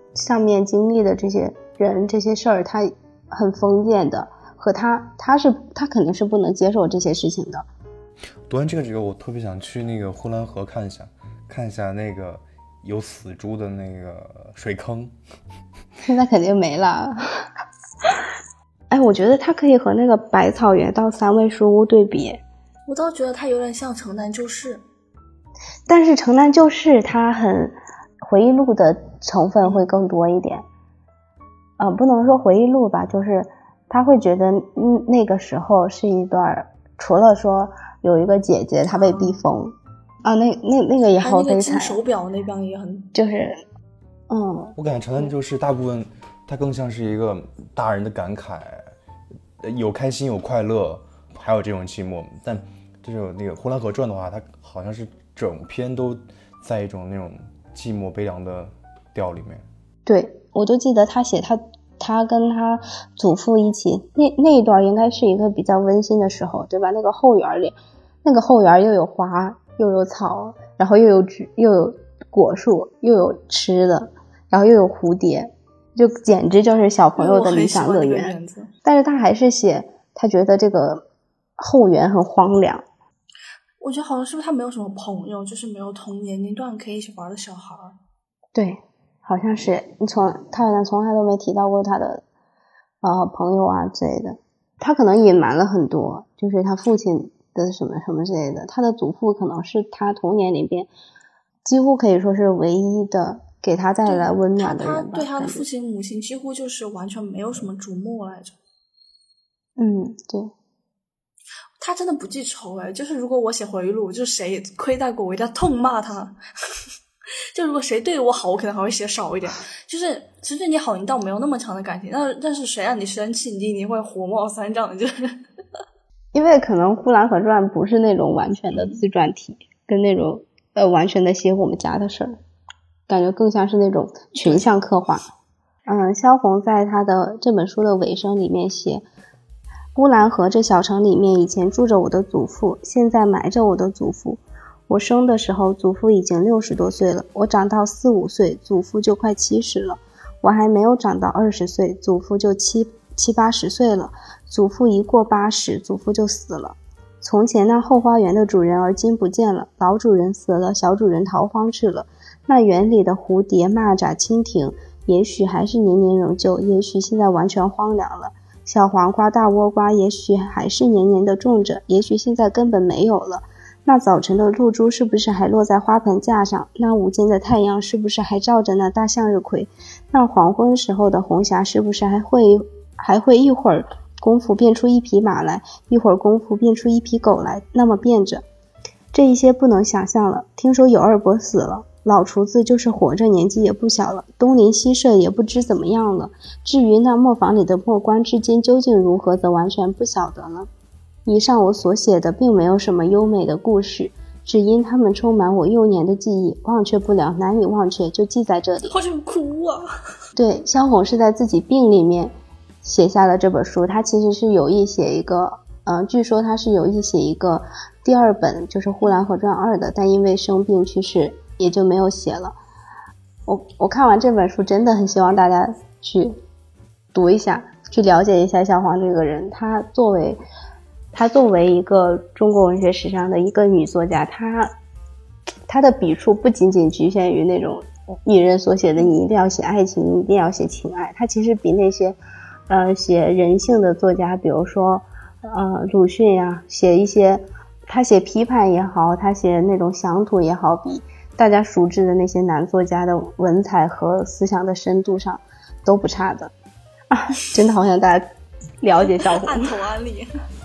上面经历的这些人这些事儿，他很封建的，和他他是他肯定是不能接受这些事情的。 读完这个这个，我特别想去那个呼兰河看一下，看一下那个有死猪的那个水坑。 现在肯定没了。哎，我觉得它可以和那个百草园到三味书屋对比。 我倒觉得它有点像城南旧事， 但是城南旧事它很回忆录的成分会更多一点。呃，不能说回忆录吧，就是他会觉得嗯那个时候是一段，除了说有一个姐姐她被逼疯啊，那那那个也好悲惨。 还有那个金手表那边也很就是嗯， 我感觉城南旧事大部分它更像是一个大人的感慨，有开心有快乐，还有这种寂寞。但就是那个《呼兰河传》的话，它好像是整篇都在一种那种寂寞悲凉的调里面。 对，我就记得他写他他跟他祖父一起，那那一段应该是一个比较温馨的时候，对吧？那个后园里，那个后园又有花又有草，然后又有又有果树，又有吃的，然后又有蝴蝶，就简直就是小朋友的理想乐园。但是他还是写他觉得这个后园很荒凉。 我觉得好像是不是他没有什么朋友，就是没有同年龄段可以一起玩的小孩。 对，好像是你从他好像从来都没提到过他的呃朋友啊之类的。他可能隐瞒了很多，就是他父亲的什么什么之类的。他的祖父可能是他童年里边几乎可以说是唯一的给他带来温暖的人吧。 他对他的父亲母亲几乎就是完全没有什么瞩目来着。 嗯，对。 他真的不记仇哎，就是如果我写回忆录，就是谁亏待过我，一定要痛骂他。就如果谁对我好，我可能还会写少一点。就是其实对你好，你倒没有那么强的感情，但但是谁让你生气，你一定会火冒三丈的。就是因为可能《呼兰河传》不是那种完全的自传体，跟那种呃完全的写我们家的事儿，感觉更像是那种群像刻画。嗯，萧红在他的这本书的尾声里面写。呼兰河这小城里面以前住着我的祖父，现在埋着我的祖父。我生的时候祖父已经六十多岁了，我长到四五岁祖父就快七十了，我还没有长到二十岁祖父就七七八十岁了，祖父一过八十祖父就死了。从前那后花园的主人而今不见了，老主人死了，小主人逃荒去了。那园里的蝴蝶、蚂蚱、蜻蜓也许还是年年仍旧，也许现在完全荒凉了。小黄瓜、大倭瓜也许还是年年的种着，也许现在根本没有了。那早晨的露珠是不是还落在花盆架上？那午间的太阳是不是还照着那大向日葵？那黄昏时候的红霞是不是还会还会一会儿功夫变出一匹马来，一会儿功夫变出一匹狗来，那么变着。这一些不能想象了。听说有二伯死了，老厨子就是活着年纪也不小了，东邻西舍也不知怎么样了。至于那磨坊里的磨官之间究竟如何，则完全不晓得了。以上我所写的并没有什么优美的故事，只因它们充满我幼年的记忆，忘却不了，难以忘却，就记在这里。 好想哭啊！ 对，萧红是在自己病里面写下了这本书，他其实是有意写一个嗯，据说他是有意写一个第二本，就是《呼兰河传二》的，但因为生病去世，也就没有写了。我我看完这本书，真的很希望大家去读一下，去了解一下萧煌这个人。他作为他作为一个中国文学史上的一个女作家，她她的笔触不仅仅局限于那种女人所写的你一定要写爱情，你一定要写情爱，她其实比那些呃写人性的作家，比如说呃鲁迅呀、啊，写一些他写批判也好，他写那种乡土也好，比大家熟知的那些男作家的文采和思想的深度上都不差的啊！真的好想大家了解萧红。 按头安利。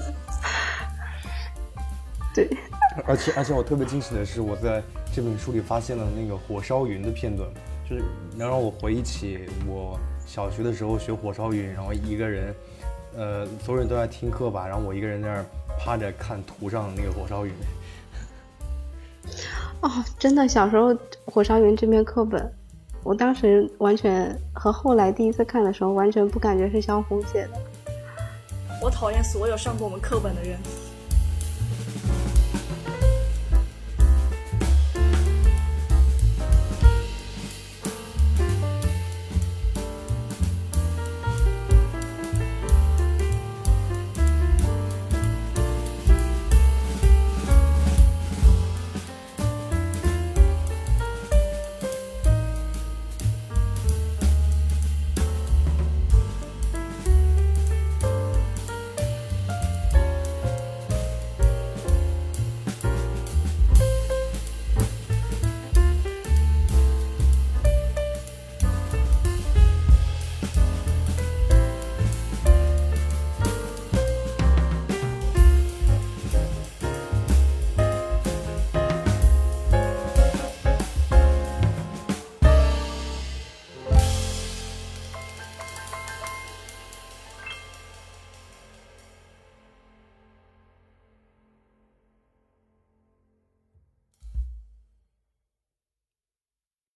对， 而且而且我特别惊喜的是，我在这本书里发现了那个火烧云的片段，就是能让我回忆起我小学的时候学火烧云，然后一个人，呃，所有人都在听课吧，然后我一个人在那儿趴着看图上那个火烧云。 哦，真的，小时候火烧云这篇课本，我当时完全和后来第一次看的时候，完全不感觉是萧红写的。 我讨厌所有上过我们课本的人。